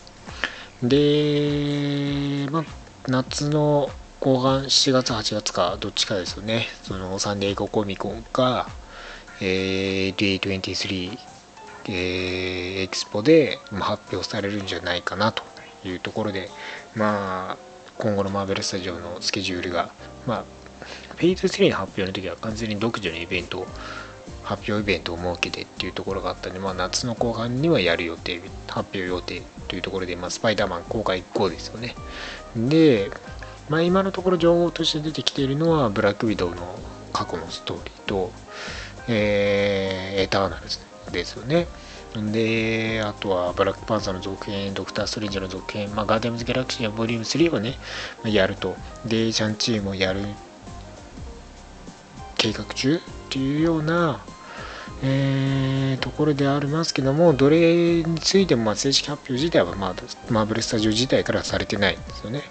[SPEAKER 3] で、夏の後半、7月、8月か、どっちかですよね。そのサンディエゴコミコンか、D23、エキスポで発表されるんじゃないかなというところで、今後のマーベルスタジオのスケジュールが、フェイズ3の発表の時は完全に独自の発表イベントを設けてっていうところがあったので、夏の後半にはやる予定、発表予定というところで、スパイダーマン公開後ですよね。で、今のところ情報として出てきているのはブラックウィドウの過去のストーリーと、エターナルズですよね。で、あとはブラックパンサーの続編、ドクター・ストレンジの続編、ガーディアンズ・ギャラクシーやボリューム3をね、やると。で、シャンチーもやる計画中っていうような、ところでありますけども、どれについても正式発表自体は、マーブルスタジオ自体からされてないんですよね。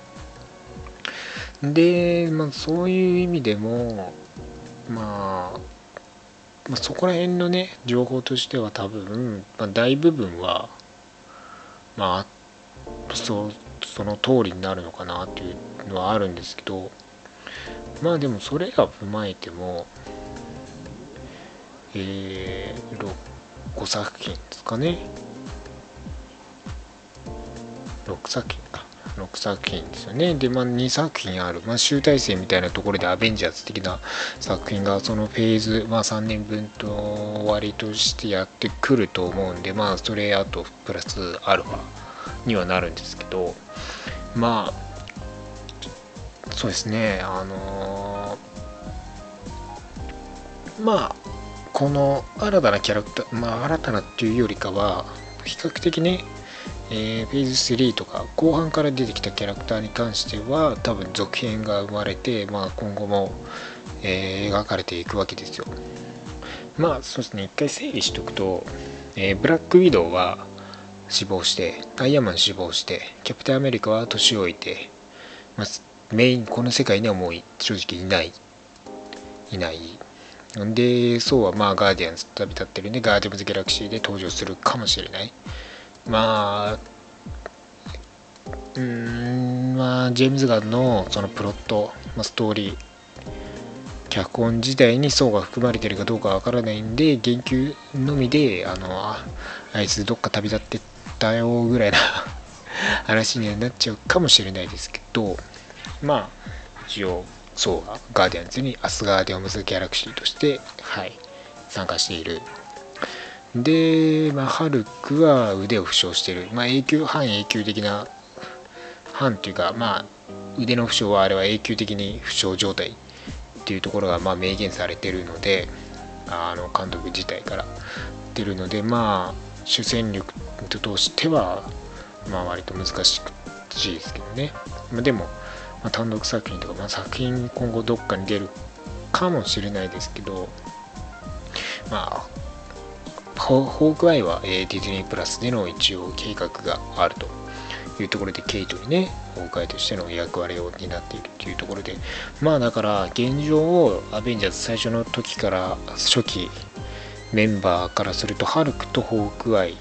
[SPEAKER 3] で、そういう意味でも、そこら辺のね情報としては多分、大部分はその通りになるのかなっていうのはあるんですけど、でもそれらを踏まえても5作品ですかね。6作品ですよね。で、2作品ある、集大成みたいなところでアベンジャーズ的な作品がそのフェーズ、3年分と終わりとしてやってくると思うんで、それあとプラスアルファにはなるんですけど、そうですね、この新たなキャラクター、新たなっていうよりかは比較的ね、フェーズ3とか後半から出てきたキャラクターに関しては多分続編が生まれて、今後も、描かれていくわけですよ。そうですね、一回整理しておくと、ブラックウィドウは死亡して、アイアンマン死亡して、キャプテンアメリカは年老いて、メインこの世界にはもう正直いないで、ソウはガーディアンズと旅立ってるんで、ガーディアンズギャラクシーで登場するかもしれない。ジェームズ・ガンのそのプロット、ストーリー、脚本自体にソウが含まれているかどうかわからないんで、言及のみであいつどっか旅立ってったよぐらいな話にはなっちゃうかもしれないですけど、一応ソウがガーディアンズにアスガーディアムズ・ギャラクシーとして、参加している。で、ハルクは腕を負傷している、半永久的な、というか、腕の負傷はあれは永久的に負傷状態っていうところが明言されているので、監督自体から出るので、主戦力としては割と難しいですけどね。でも、単独作品とか、作品今後どっかに出るかもしれないですけど、ホークアイはディズニープラスでの一応計画があるというところで、ケイトにねホークアイとしての役割を担っているというところで、だから現状をアベンジャーズ最初の時から初期メンバーからすると、ハルクとホークアイ、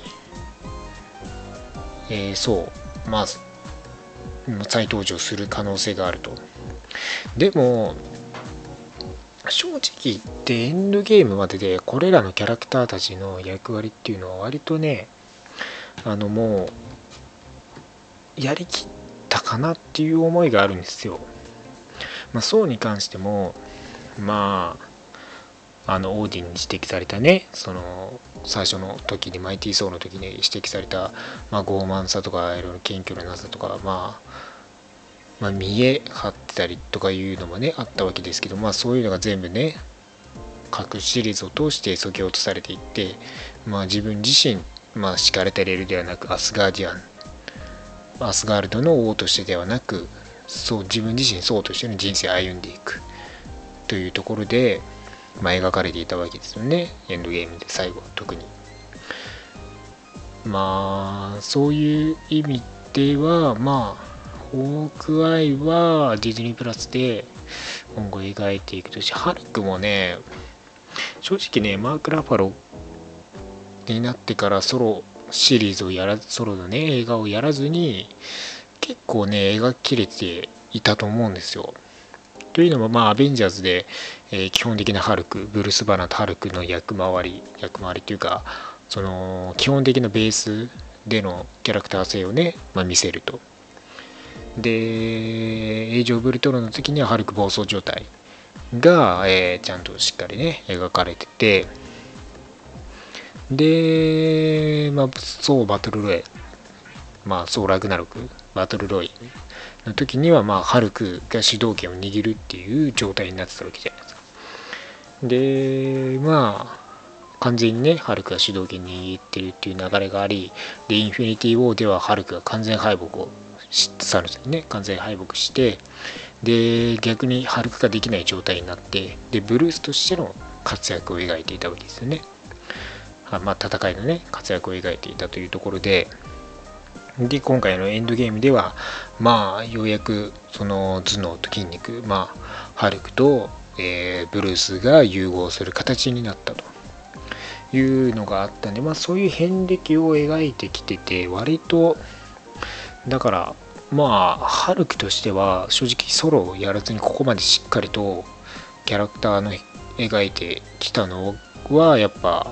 [SPEAKER 3] 再登場する可能性があると。でも正直言ってエンドゲームまででこれらのキャラクターたちの役割っていうのは割とね、もうやりきったかなっていう思いがあるんですよ。ソウに関してもオーディンに指摘されたね、その最初の時にマイティーソーの時に指摘された、傲慢さとかいろいろ謙虚なさとか、見え張ってたりとかいうのもねあったわけですけど、そういうのが全部ね各シリーズを通して削ぎ落とされていって、自分自身敷かれたレールではなくアスガルドの王としてではなく、自分自身ソウとしての人生を歩んでいくというところで、描かれていたわけですよね、エンドゲームで最後は特に。そういう意味ではホークアイはディズニープラスで今後描いていくとし、ハルクもね正直ねマーク・ラファロになってからソロシリーズをソロのね映画をやらずに結構ね描ききれていたと思うんですよ。というのもアベンジャーズで、基本的なハルク、ブルース・バナーとハルクの役回りというか、その基本的なベースでのキャラクター性をね、見せると。で、エイジ・オブ・ウルトロンの時にはハルク暴走状態が、ちゃんとしっかりね描かれてて、で、ソウバトルロイ、ソウラグナロクバトルロイの時にはハルクが主導権を握るっていう状態になってたわけじゃないですか。で完全にねハルクが主導権握ってるっていう流れがあり、でインフィニティ・ウォーではハルクが完全敗北をサノスにね完全敗北して、で逆にハルクができない状態になって、でブルースとしての活躍を描いていたわけですよね。戦いのね活躍を描いていたというところで、今回のエンドゲームではようやくその頭脳と筋肉、ハルクと、ブルースが融合する形になったというのがあったんで、そういう遍歴を描いてきてて、割とだからハルクとしては正直ソロをやらずにここまでしっかりとキャラクターの描いてきたのはやっぱ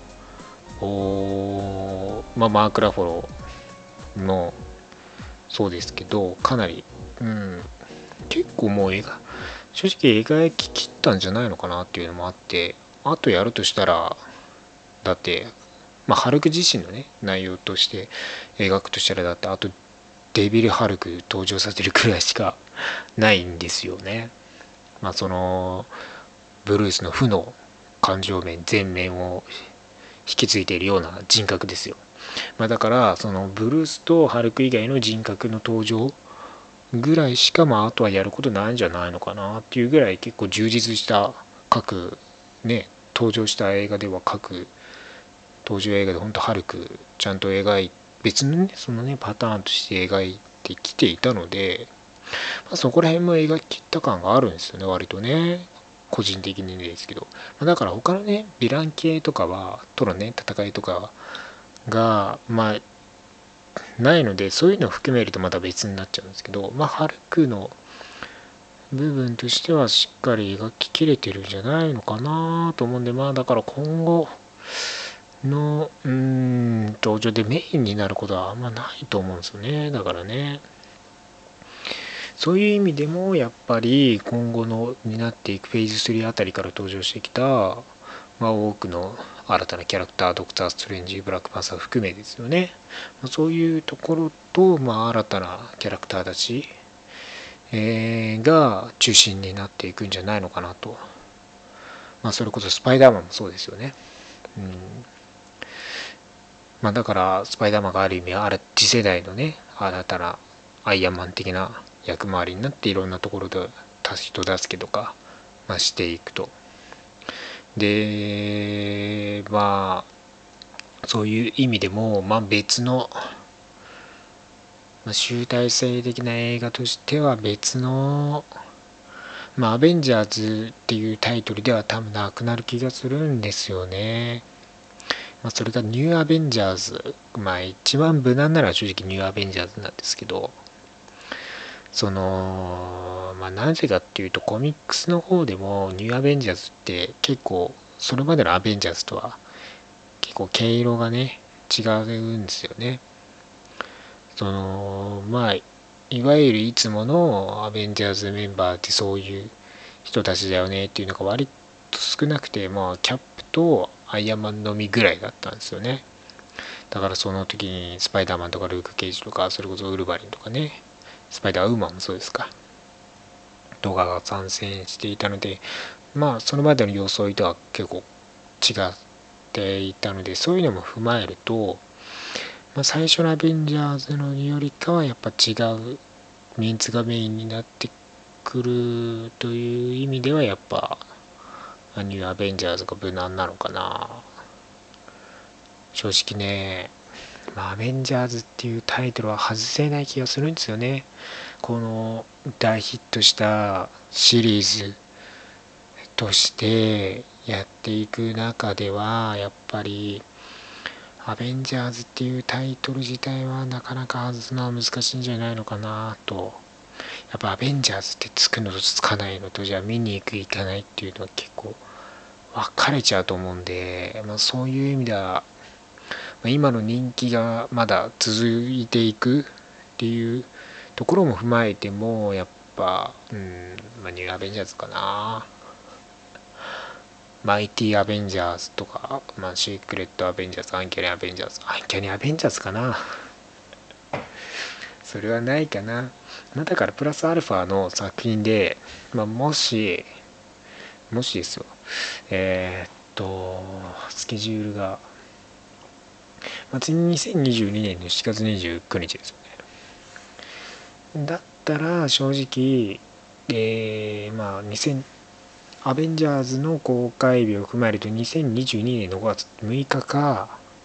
[SPEAKER 3] マーク・ラフォロのそうですけど、かなり、結構もう正直描ききったんじゃないのかなっていうのもあって、あとやるとしたらだってハルク自身のね内容として描くとしたら、だってあとデビル・ハルク登場させるくらいしかないんですよね。そのブルースの負の感情面全面を引き継いでいるような人格ですよ。だからそのブルースとハルク以外の人格の登場ぐらいしかあとはやることないんじゃないのかなっていうぐらい、結構充実した各ね登場した映画では各登場映画で本当ハルクちゃんと描い別のねそのねパターンとして描いてきていたので、そこら辺も描き切った感があるんですよね、割とね、個人的にですけど。だから他のねヴィラン系とかとのね戦いとかがないので、そういうのを含めるとまた別になっちゃうんですけど、ハルクの部分としてはしっかり描ききれてるんじゃないのかなと思うんで、だから今後の登場でメインになることはあんまないと思うんですよね。だからね、そういう意味でもやっぱり今後のになっていくフェーズ3あたりから登場してきた、多くの新たなキャラクター、ドクター・ストレンジ、ブラックパンサー含めですよね。そういうところと、新たなキャラクターたち、が中心になっていくんじゃないのかなと。それこそスパイダーマンもそうですよね。だからスパイダーマンがある意味次世代のね新たなアイアンマン的な役回りになって、いろんなところで人助けとか、していくと。でそういう意味でも、別の、集大成的な映画としては別のアベンジャーズっていうタイトルでは多分なくなる気がするんですよね。それがニューアベンジャーズ、一番無難なら正直ニューアベンジャーズなんですけど、なぜかっていうと、コミックスの方でもニューアベンジャーズって結構それまでのアベンジャーズとは結構毛色がね違うんですよね。いわゆるいつものアベンジャーズメンバーってそういう人たちだよねっていうのが割と少なくて、キャップとアイアンマンのみぐらいだったんですよね。だからその時にスパイダーマンとかルーク・ケイジとか、それこそウルヴァリンとかね、スパイダーウーマンもそうですか、とかが参戦していたので、それまでの様相とは結構違っていたので、そういうのも踏まえると、最初のアベンジャーズのよりかはやっぱ違うメンツがメインになってくるという意味では、やっぱニューアベンジャーズが無難なのかな。正直ね、アベンジャーズっていうタイトルは外せない気がするんですよね。この大ヒットしたシリーズとしてやっていく中では、やっぱりアベンジャーズっていうタイトル自体はなかなか外すのは難しいんじゃないのかなと。やっぱアベンジャーズってつくのとつかないのと、じゃあ見に行かないっていうのは結構分かれちゃうと思うんで、そういう意味では、今の人気がまだ続いていくっていうところも踏まえても、やっぱニューアベンジャーズかな。マイティアベンジャーズとか、シークレットアベンジャーズ、アンキャニアベンジャーズ、アンキャニアベンジャーズかな。それはないかな。だからプラスアルファの作品で、もしですよ、スケジュールが、2022年の7月29日ですよね。だったら正直、 アベンジャーズの公開日を踏まえると2022年の5月6日か、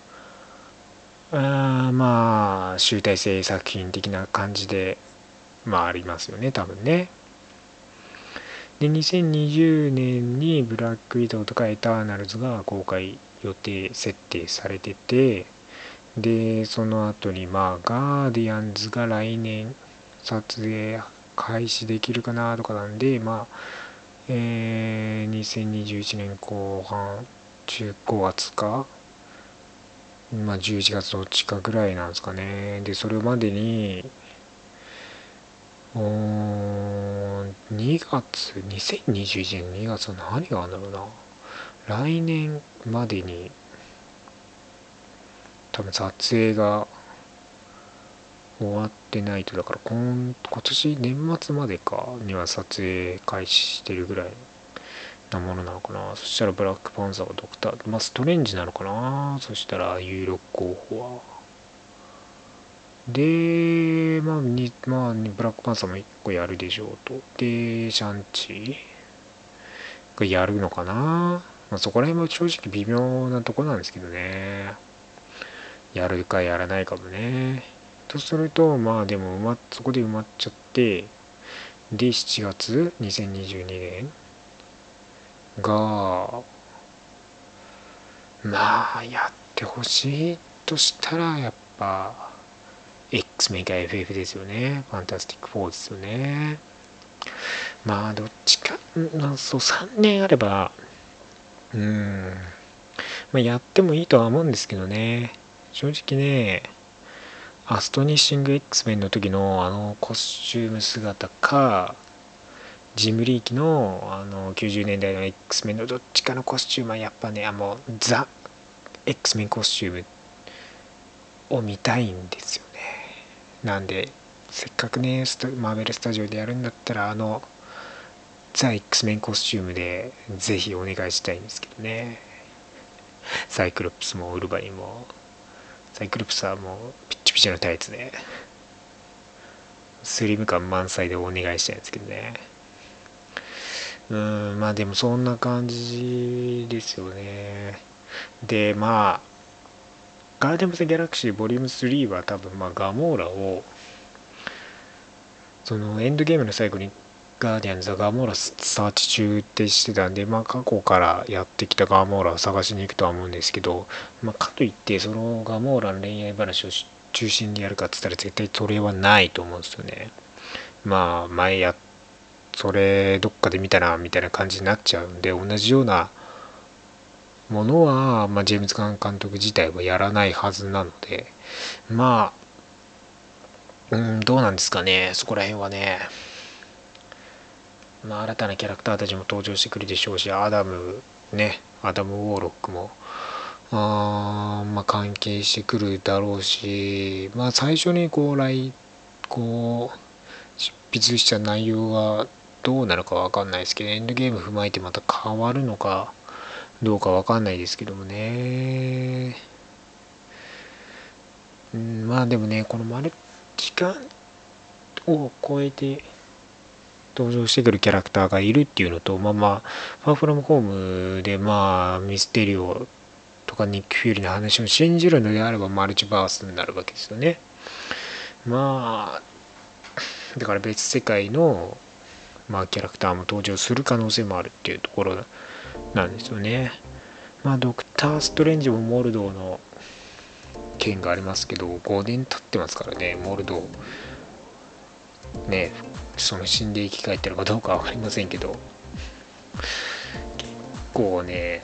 [SPEAKER 3] まあ集大成作品的な感じでありますよね、多分ね。で2020年にブラックウィドウとかエターナルズが公開予定設定されてて、でその後にガーディアンズが来年撮影開始できるかなとかなんで、2021年後半5月か、11月どっちかぐらいなんですかね。でそれまでに2021年2月は何があるんだろうな。来年までに多分撮影が終わってないと、だから今年年末までかには撮影開始してるぐらいなものなのかな。そしたらブラックパンサーはドクター、ストレンジなのかな。そしたら有力候補はでブラックパンサーも1個やるでしょうと。でシャンチーがやるのかな。そこら辺も正直微妙なとこなんですけどね。やるかやらないかもね。とするとでもそこで埋まっちゃって、で7月2022年がやってほしいとしたらやっぱ X メンか FF ですよね。ファンタスティック4ですよね。どっちかそう3年あればやってもいいとは思うんですけどね。正直ね、アストニッシング X メンの時のコスチューム姿か、ジムリーキの90年代の X メンのどっちかのコスチュームはやっぱね、ザ X メンコスチュームを見たいんですよね。なんでせっかくねマーベルスタジオでやるんだったらザ X メンコスチュームでぜひお願いしたいんですけどね。サイクロプスもウルヴァリンも、サイクロプスはもうピッチピチのタイツでスリム感満載でお願いしたいんですけどね。でもそんな感じですよね。でガーデン・オブ・ザ・ギャラクシーボリューム3は多分ガモーラをそのエンドゲームの最後にガーディアンズはガモーラサーチ中ってしてたんで、過去からやってきたガモーラを探しに行くとは思うんですけど、かといってそのガモーラの恋愛話を中心にやるかっつったら絶対それはないと思うんですよね。それどっかで見たなみたいな感じになっちゃうんで、同じようなものは、ジェームズ・ガン監督自体はやらないはずなので、どうなんですかね、そこら辺はね。新たなキャラクターたちも登場してくるでしょうし、アダム・ウォーロックも関係してくるだろうし、最初に執筆した内容がどうなるか分かんないですけど、エンドゲーム踏まえてまた変わるのかどうか分かんないですけどもね。でもね、この期間を超えて登場してくるキャラクターがいるっていうのと、ファーフロムホームでミステリオとかニック・フューリーの話を信じるのであればマルチバースになるわけですよね。だから別世界のキャラクターも登場する可能性もあるっていうところなんですよね。ドクター・ストレンジもモルドーの件がありますけど、5年経ってますからね。モルドーね、その死んで生き返ってるかどうかは分かりませんけど、結構ね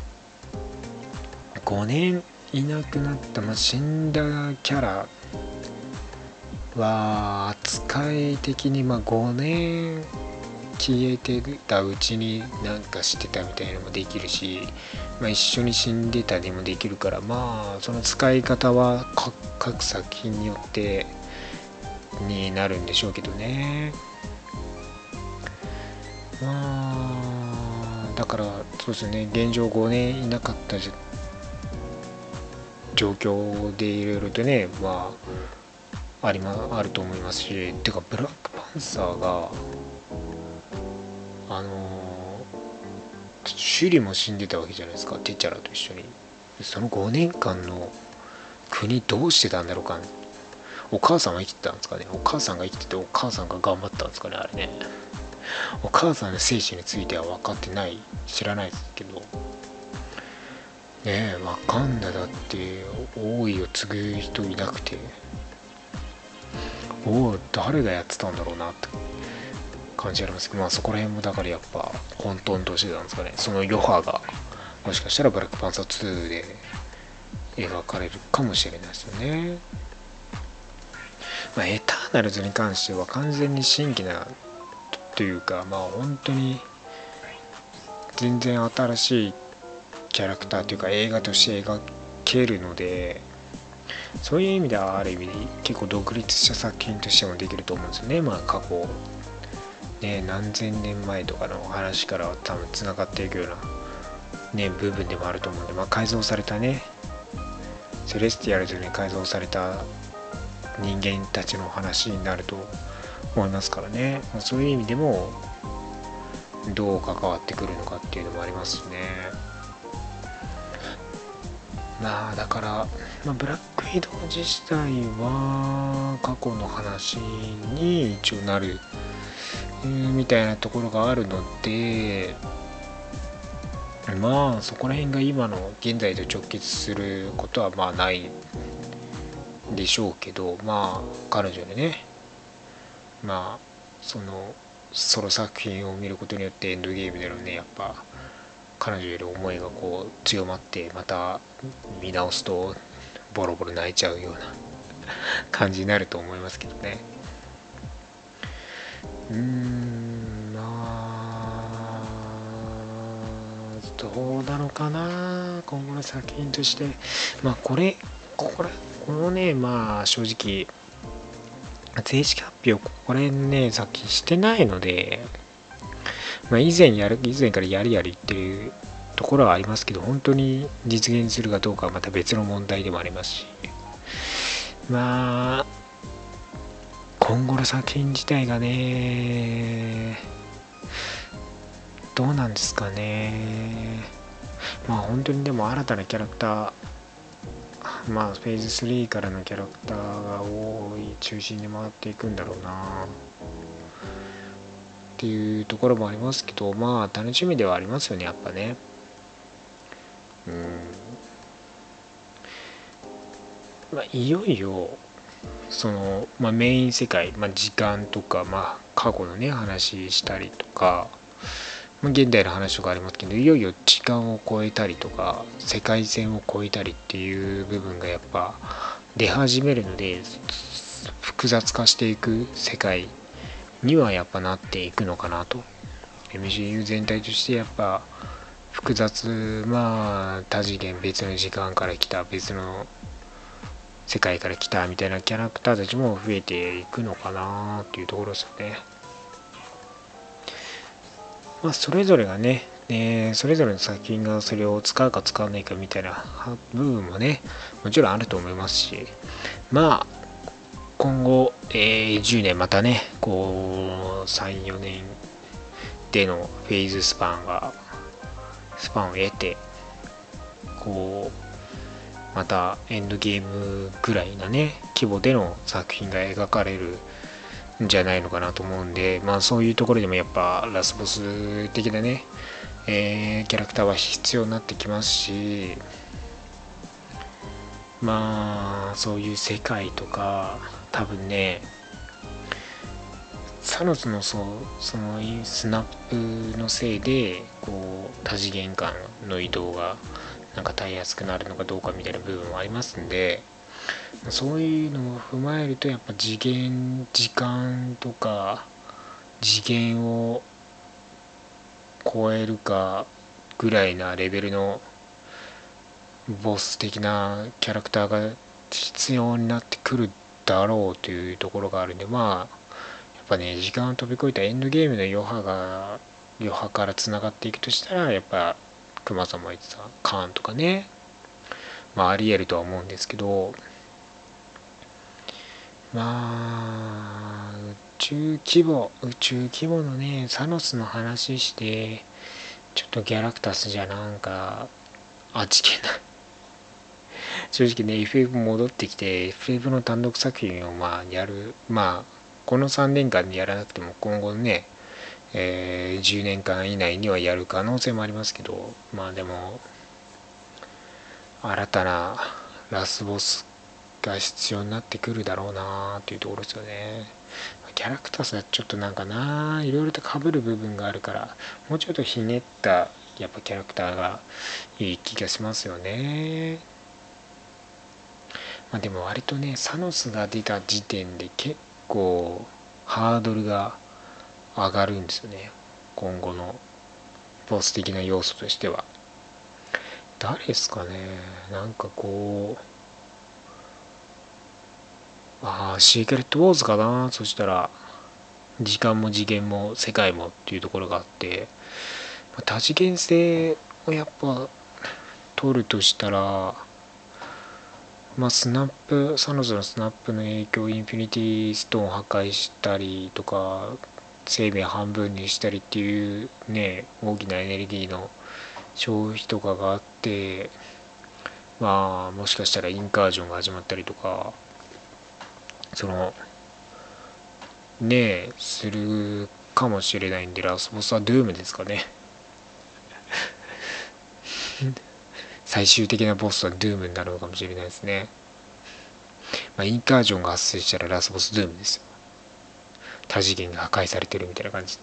[SPEAKER 3] 5年いなくなった、死んだキャラは扱い的に5年消えてたうちになんかしてたみたいなのもできるし、一緒に死んでたりもできるから、その使い方は各作品によってになるんでしょうけどね。だからそうですね、現状5年いなかった状況でいろいろとねあると思いますし、てかブラックパンサーがシュリも死んでたわけじゃないですか、テチャラと一緒に。その5年間の国どうしてたんだろうか。お母さんは生きてたんですかね。お母さんが生きてて、お母さんが頑張ったんですかね、あれね。お母さんの生死については分かってない、知らないですけどね。え、わかんない。だって王位を継ぐ人いなくて、誰がやってたんだろうなって感じありますけど、まあそこら辺もだからやっぱ混沌としてたんですかね。その余波がもしかしたらブラックパンサー2で描かれるかもしれないですよね。まあエターナルズに関しては完全に新規なというか、まあ本当に全然新しいキャラクターというか映画として描けるので、そういう意味ではある意味結構独立した作品としてもできると思うんですよね。まあ過去ね、何千年前とかの話からは多分つながっていくようなね部分でもあると思うんで、まあ改造されたね、セレスティアルズに改造された人間たちの話になると思いますからね。まあ、そういう意味でもどう関わってくるのかっていうのもありますしね。まあだから、まあ、ブラックウィドウ自体は過去の話に一応なるみたいなところがあるので、まあそこら辺が今の現在と直結することはまあないでしょうけど、まあ彼女でね、まあそのソロ作品を見ることによってエンドゲームでのね、やっぱ彼女への思いがこう強まって、また見直すとボロボロ泣いちゃうような感じになると思いますけどね。まあどうなのかな、今後の作品として。まあこのね、まあ正直正式発表これねさっきしてないので、まあ、以前からやり言ってるところはありますけど、本当に実現するかどうかはまた別の問題でもありますし、まあ今後の作品自体がねどうなんですかね。まあ本当にでも新たなキャラクター、まあフェーズ3からのキャラクターが多い中心に回っていくんだろうなっていうところもありますけど、まあ楽しみではありますよね、やっぱね。まあ、いよいよその、まあ、メイン世界、まあ、時間とか、まあ、過去のね話したりとか、まあ、現代の話とかありますけど、いよいよ時間を超えたりとか世界線を超えたりっていう部分がやっぱ出始めるので、複雑化していく世界にはやっぱなっていくのかなと。 MCU 全体としてやっぱ複雑、まあ多次元、別の時間から来た、別の世界から来たみたいなキャラクターたちも増えていくのかなっていうところですよね。まあそれぞれがね、それぞれの作品がそれを使うか使わないかみたいな部分もねもちろんあると思いますし、まあ今後、10年またねこう 3,4 年でのフェーズスパンを得て、こうまたエンドゲームぐらいなね規模での作品が描かれるんじゃないのかなと思うんで、まあそういうところでもやっぱラスボス的なね、キャラクターは必要になってきますし、まあそういう世界とか多分ね、サノスのそのスナップのせいでこう多次元間の移動がなんかたやすくなるのかどうかみたいな部分もありますんで、そういうのを踏まえるとやっぱ時間とか次元を超えるかぐらいなレベルのボス的なキャラクターが必要になってくるだろうというところがあるんで、まあやっぱね時間を飛び越えたエンドゲームの余波からつながっていくとしたら、やっぱ熊さんも言ってたカーンとかね、まあありえるとは思うんですけど、まあ宇宙規模のねサノスの話してちょっとギャラクタスじゃなんか味気ない正直ね FF 戻ってきて FF の単独作品をやるこの3年間でやらなくても今後ね、10年間以内にはやる可能性もありますけど、でも新たなラスボスが必要になってくるだろうなっていうところですよね。キャラクターはちょっとなんかいろいろと被る部分があるからもうちょっとひねったやっぱキャラクターがいい気がしますよね。でも割とねサノスが出た時点で結構ハードルが上がるんですよね。今後のボス的な要素としては誰ですかね。なんかこうシークレットウォーズかな。そしたら時間も次元も世界もっていうところがあって多次元性をやっぱ取るとしたらスナップサノスのスナップの影響インフィニティストーンを破壊したりとか生命半分にしたりっていうね大きなエネルギーの消費とかがあってもしかしたらインカージョンが始まったりとかそのねするかもしれないんでラスボスはドゥームですかね最終的なボスはドゥームになるのかもしれないですね。インカージョンが発生したらラスボスドゥームですよ。多次元が破壊されてるみたいな感じ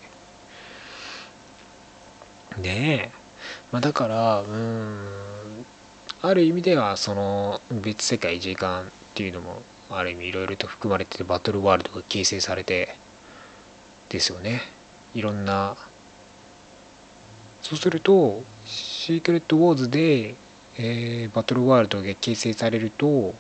[SPEAKER 3] でねだからある意味ではその別世界時間っていうのもある意味いろいろと含まれててバトルワールドが形成されてですよね。いろんなそうするとシークレットウォーズで、バトルワールドが形成されると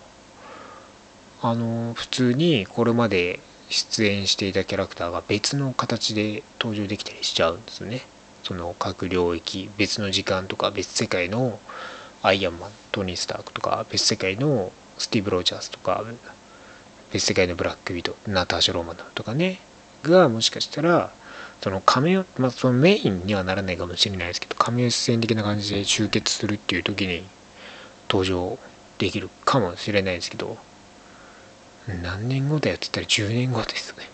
[SPEAKER 3] 普通にこれまで出演していたキャラクターが別の形で登場できたりしちゃうんですよね。その各領域別の時間とか別世界のアイアンマントニー・スタークとか別世界のスティーブ・ロジャースとか別世界のブラック・ウィドウナターシャ・ローマンとかねがもしかしたらそのカメオそのメインにはならないかもしれないですけどカメオ出演的な感じで集結するっていう時に登場できるかもしれないですけど何年後だよって言ったら10年後ですよね。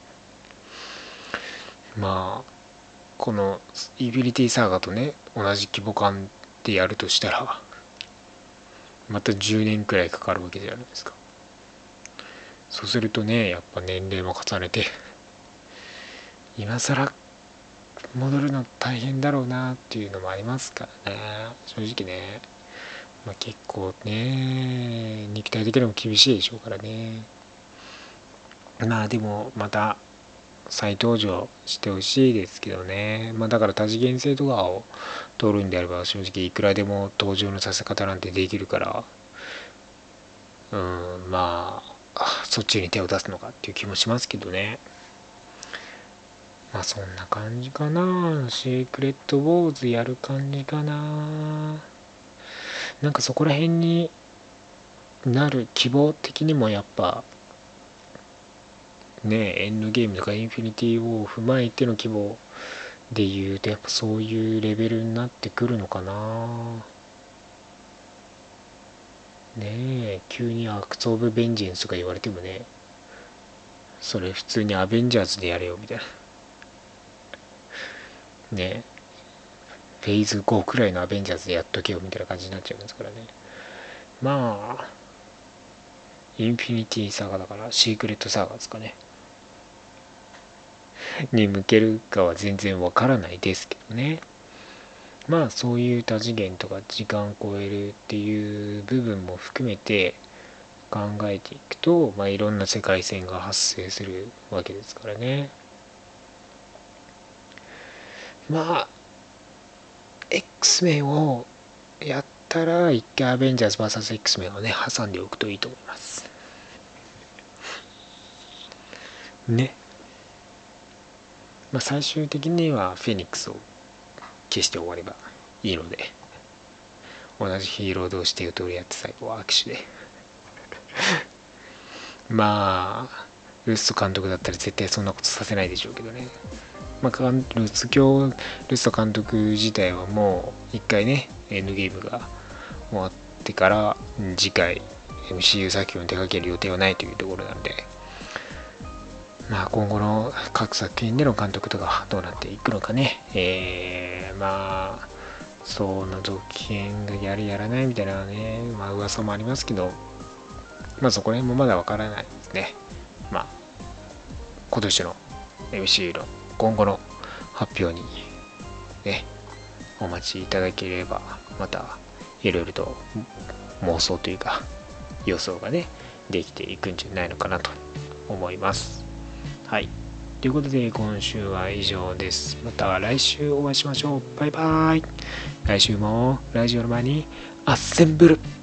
[SPEAKER 3] このイビリティサーガとね同じ規模感でやるとしたらまた10年くらいかかるわけじゃないですか。そうするとねやっぱ年齢も重ねて今更戻るの大変だろうなっていうのもありますからね正直ね。結構ね肉体的にも厳しいでしょうからね。でもまた再登場してほしいですけどね。だから多次元性とかを取るんであれば正直いくらでも登場のさせ方なんてできるからそっちに手を出すのかっていう気もしますけどね。そんな感じかな。シークレットウォーズやる感じかな。なんかそこら辺になる希望的にもやっぱねエンドゲームとかインフィニティを踏まえての規模で言うとやっぱそういうレベルになってくるのかな。急にアクツ・オブ・ベンジェンスとか言われてもねそれ普通にアベンジャーズでやれよみたいなフェーズ5くらいのアベンジャーズでやっとけよみたいな感じになっちゃいますからね。インフィニティサガだからシークレットサガですかねに向けるかは全然わからないですけどね。そういう多次元とか時間超えるっていう部分も含めて考えていくといろんな世界線が発生するわけですからね。X メンをやったら一回アベンジャーズ VS X メンをね挟んでおくといいと思いますね。最終的にはフェニックスを消して終わればいいので同じヒーロー同士手を取り合って最後は握手でルッソ監督だったら絶対そんなことさせないでしょうけどね。 ルスト監督自体はもう一回ね、エンドゲームが終わってから次回 MCU 作品を手掛ける予定はないというところなので、まあ今後の各作品での監督とかどうなっていくのかね、まあその続編がやるやらないみたいなね、まあ噂もありますけど、まあそこら辺もまだわからないですね。まあ今年の MCU の今後の発表にね、お待ちいただければ、またいろいろと妄想というか予想がねできていくんじゃないのかなと思います。はい、ということで今週は以上です。また来週お会いしましょう。バイバイ。来週もラジオの前にアッセンブル。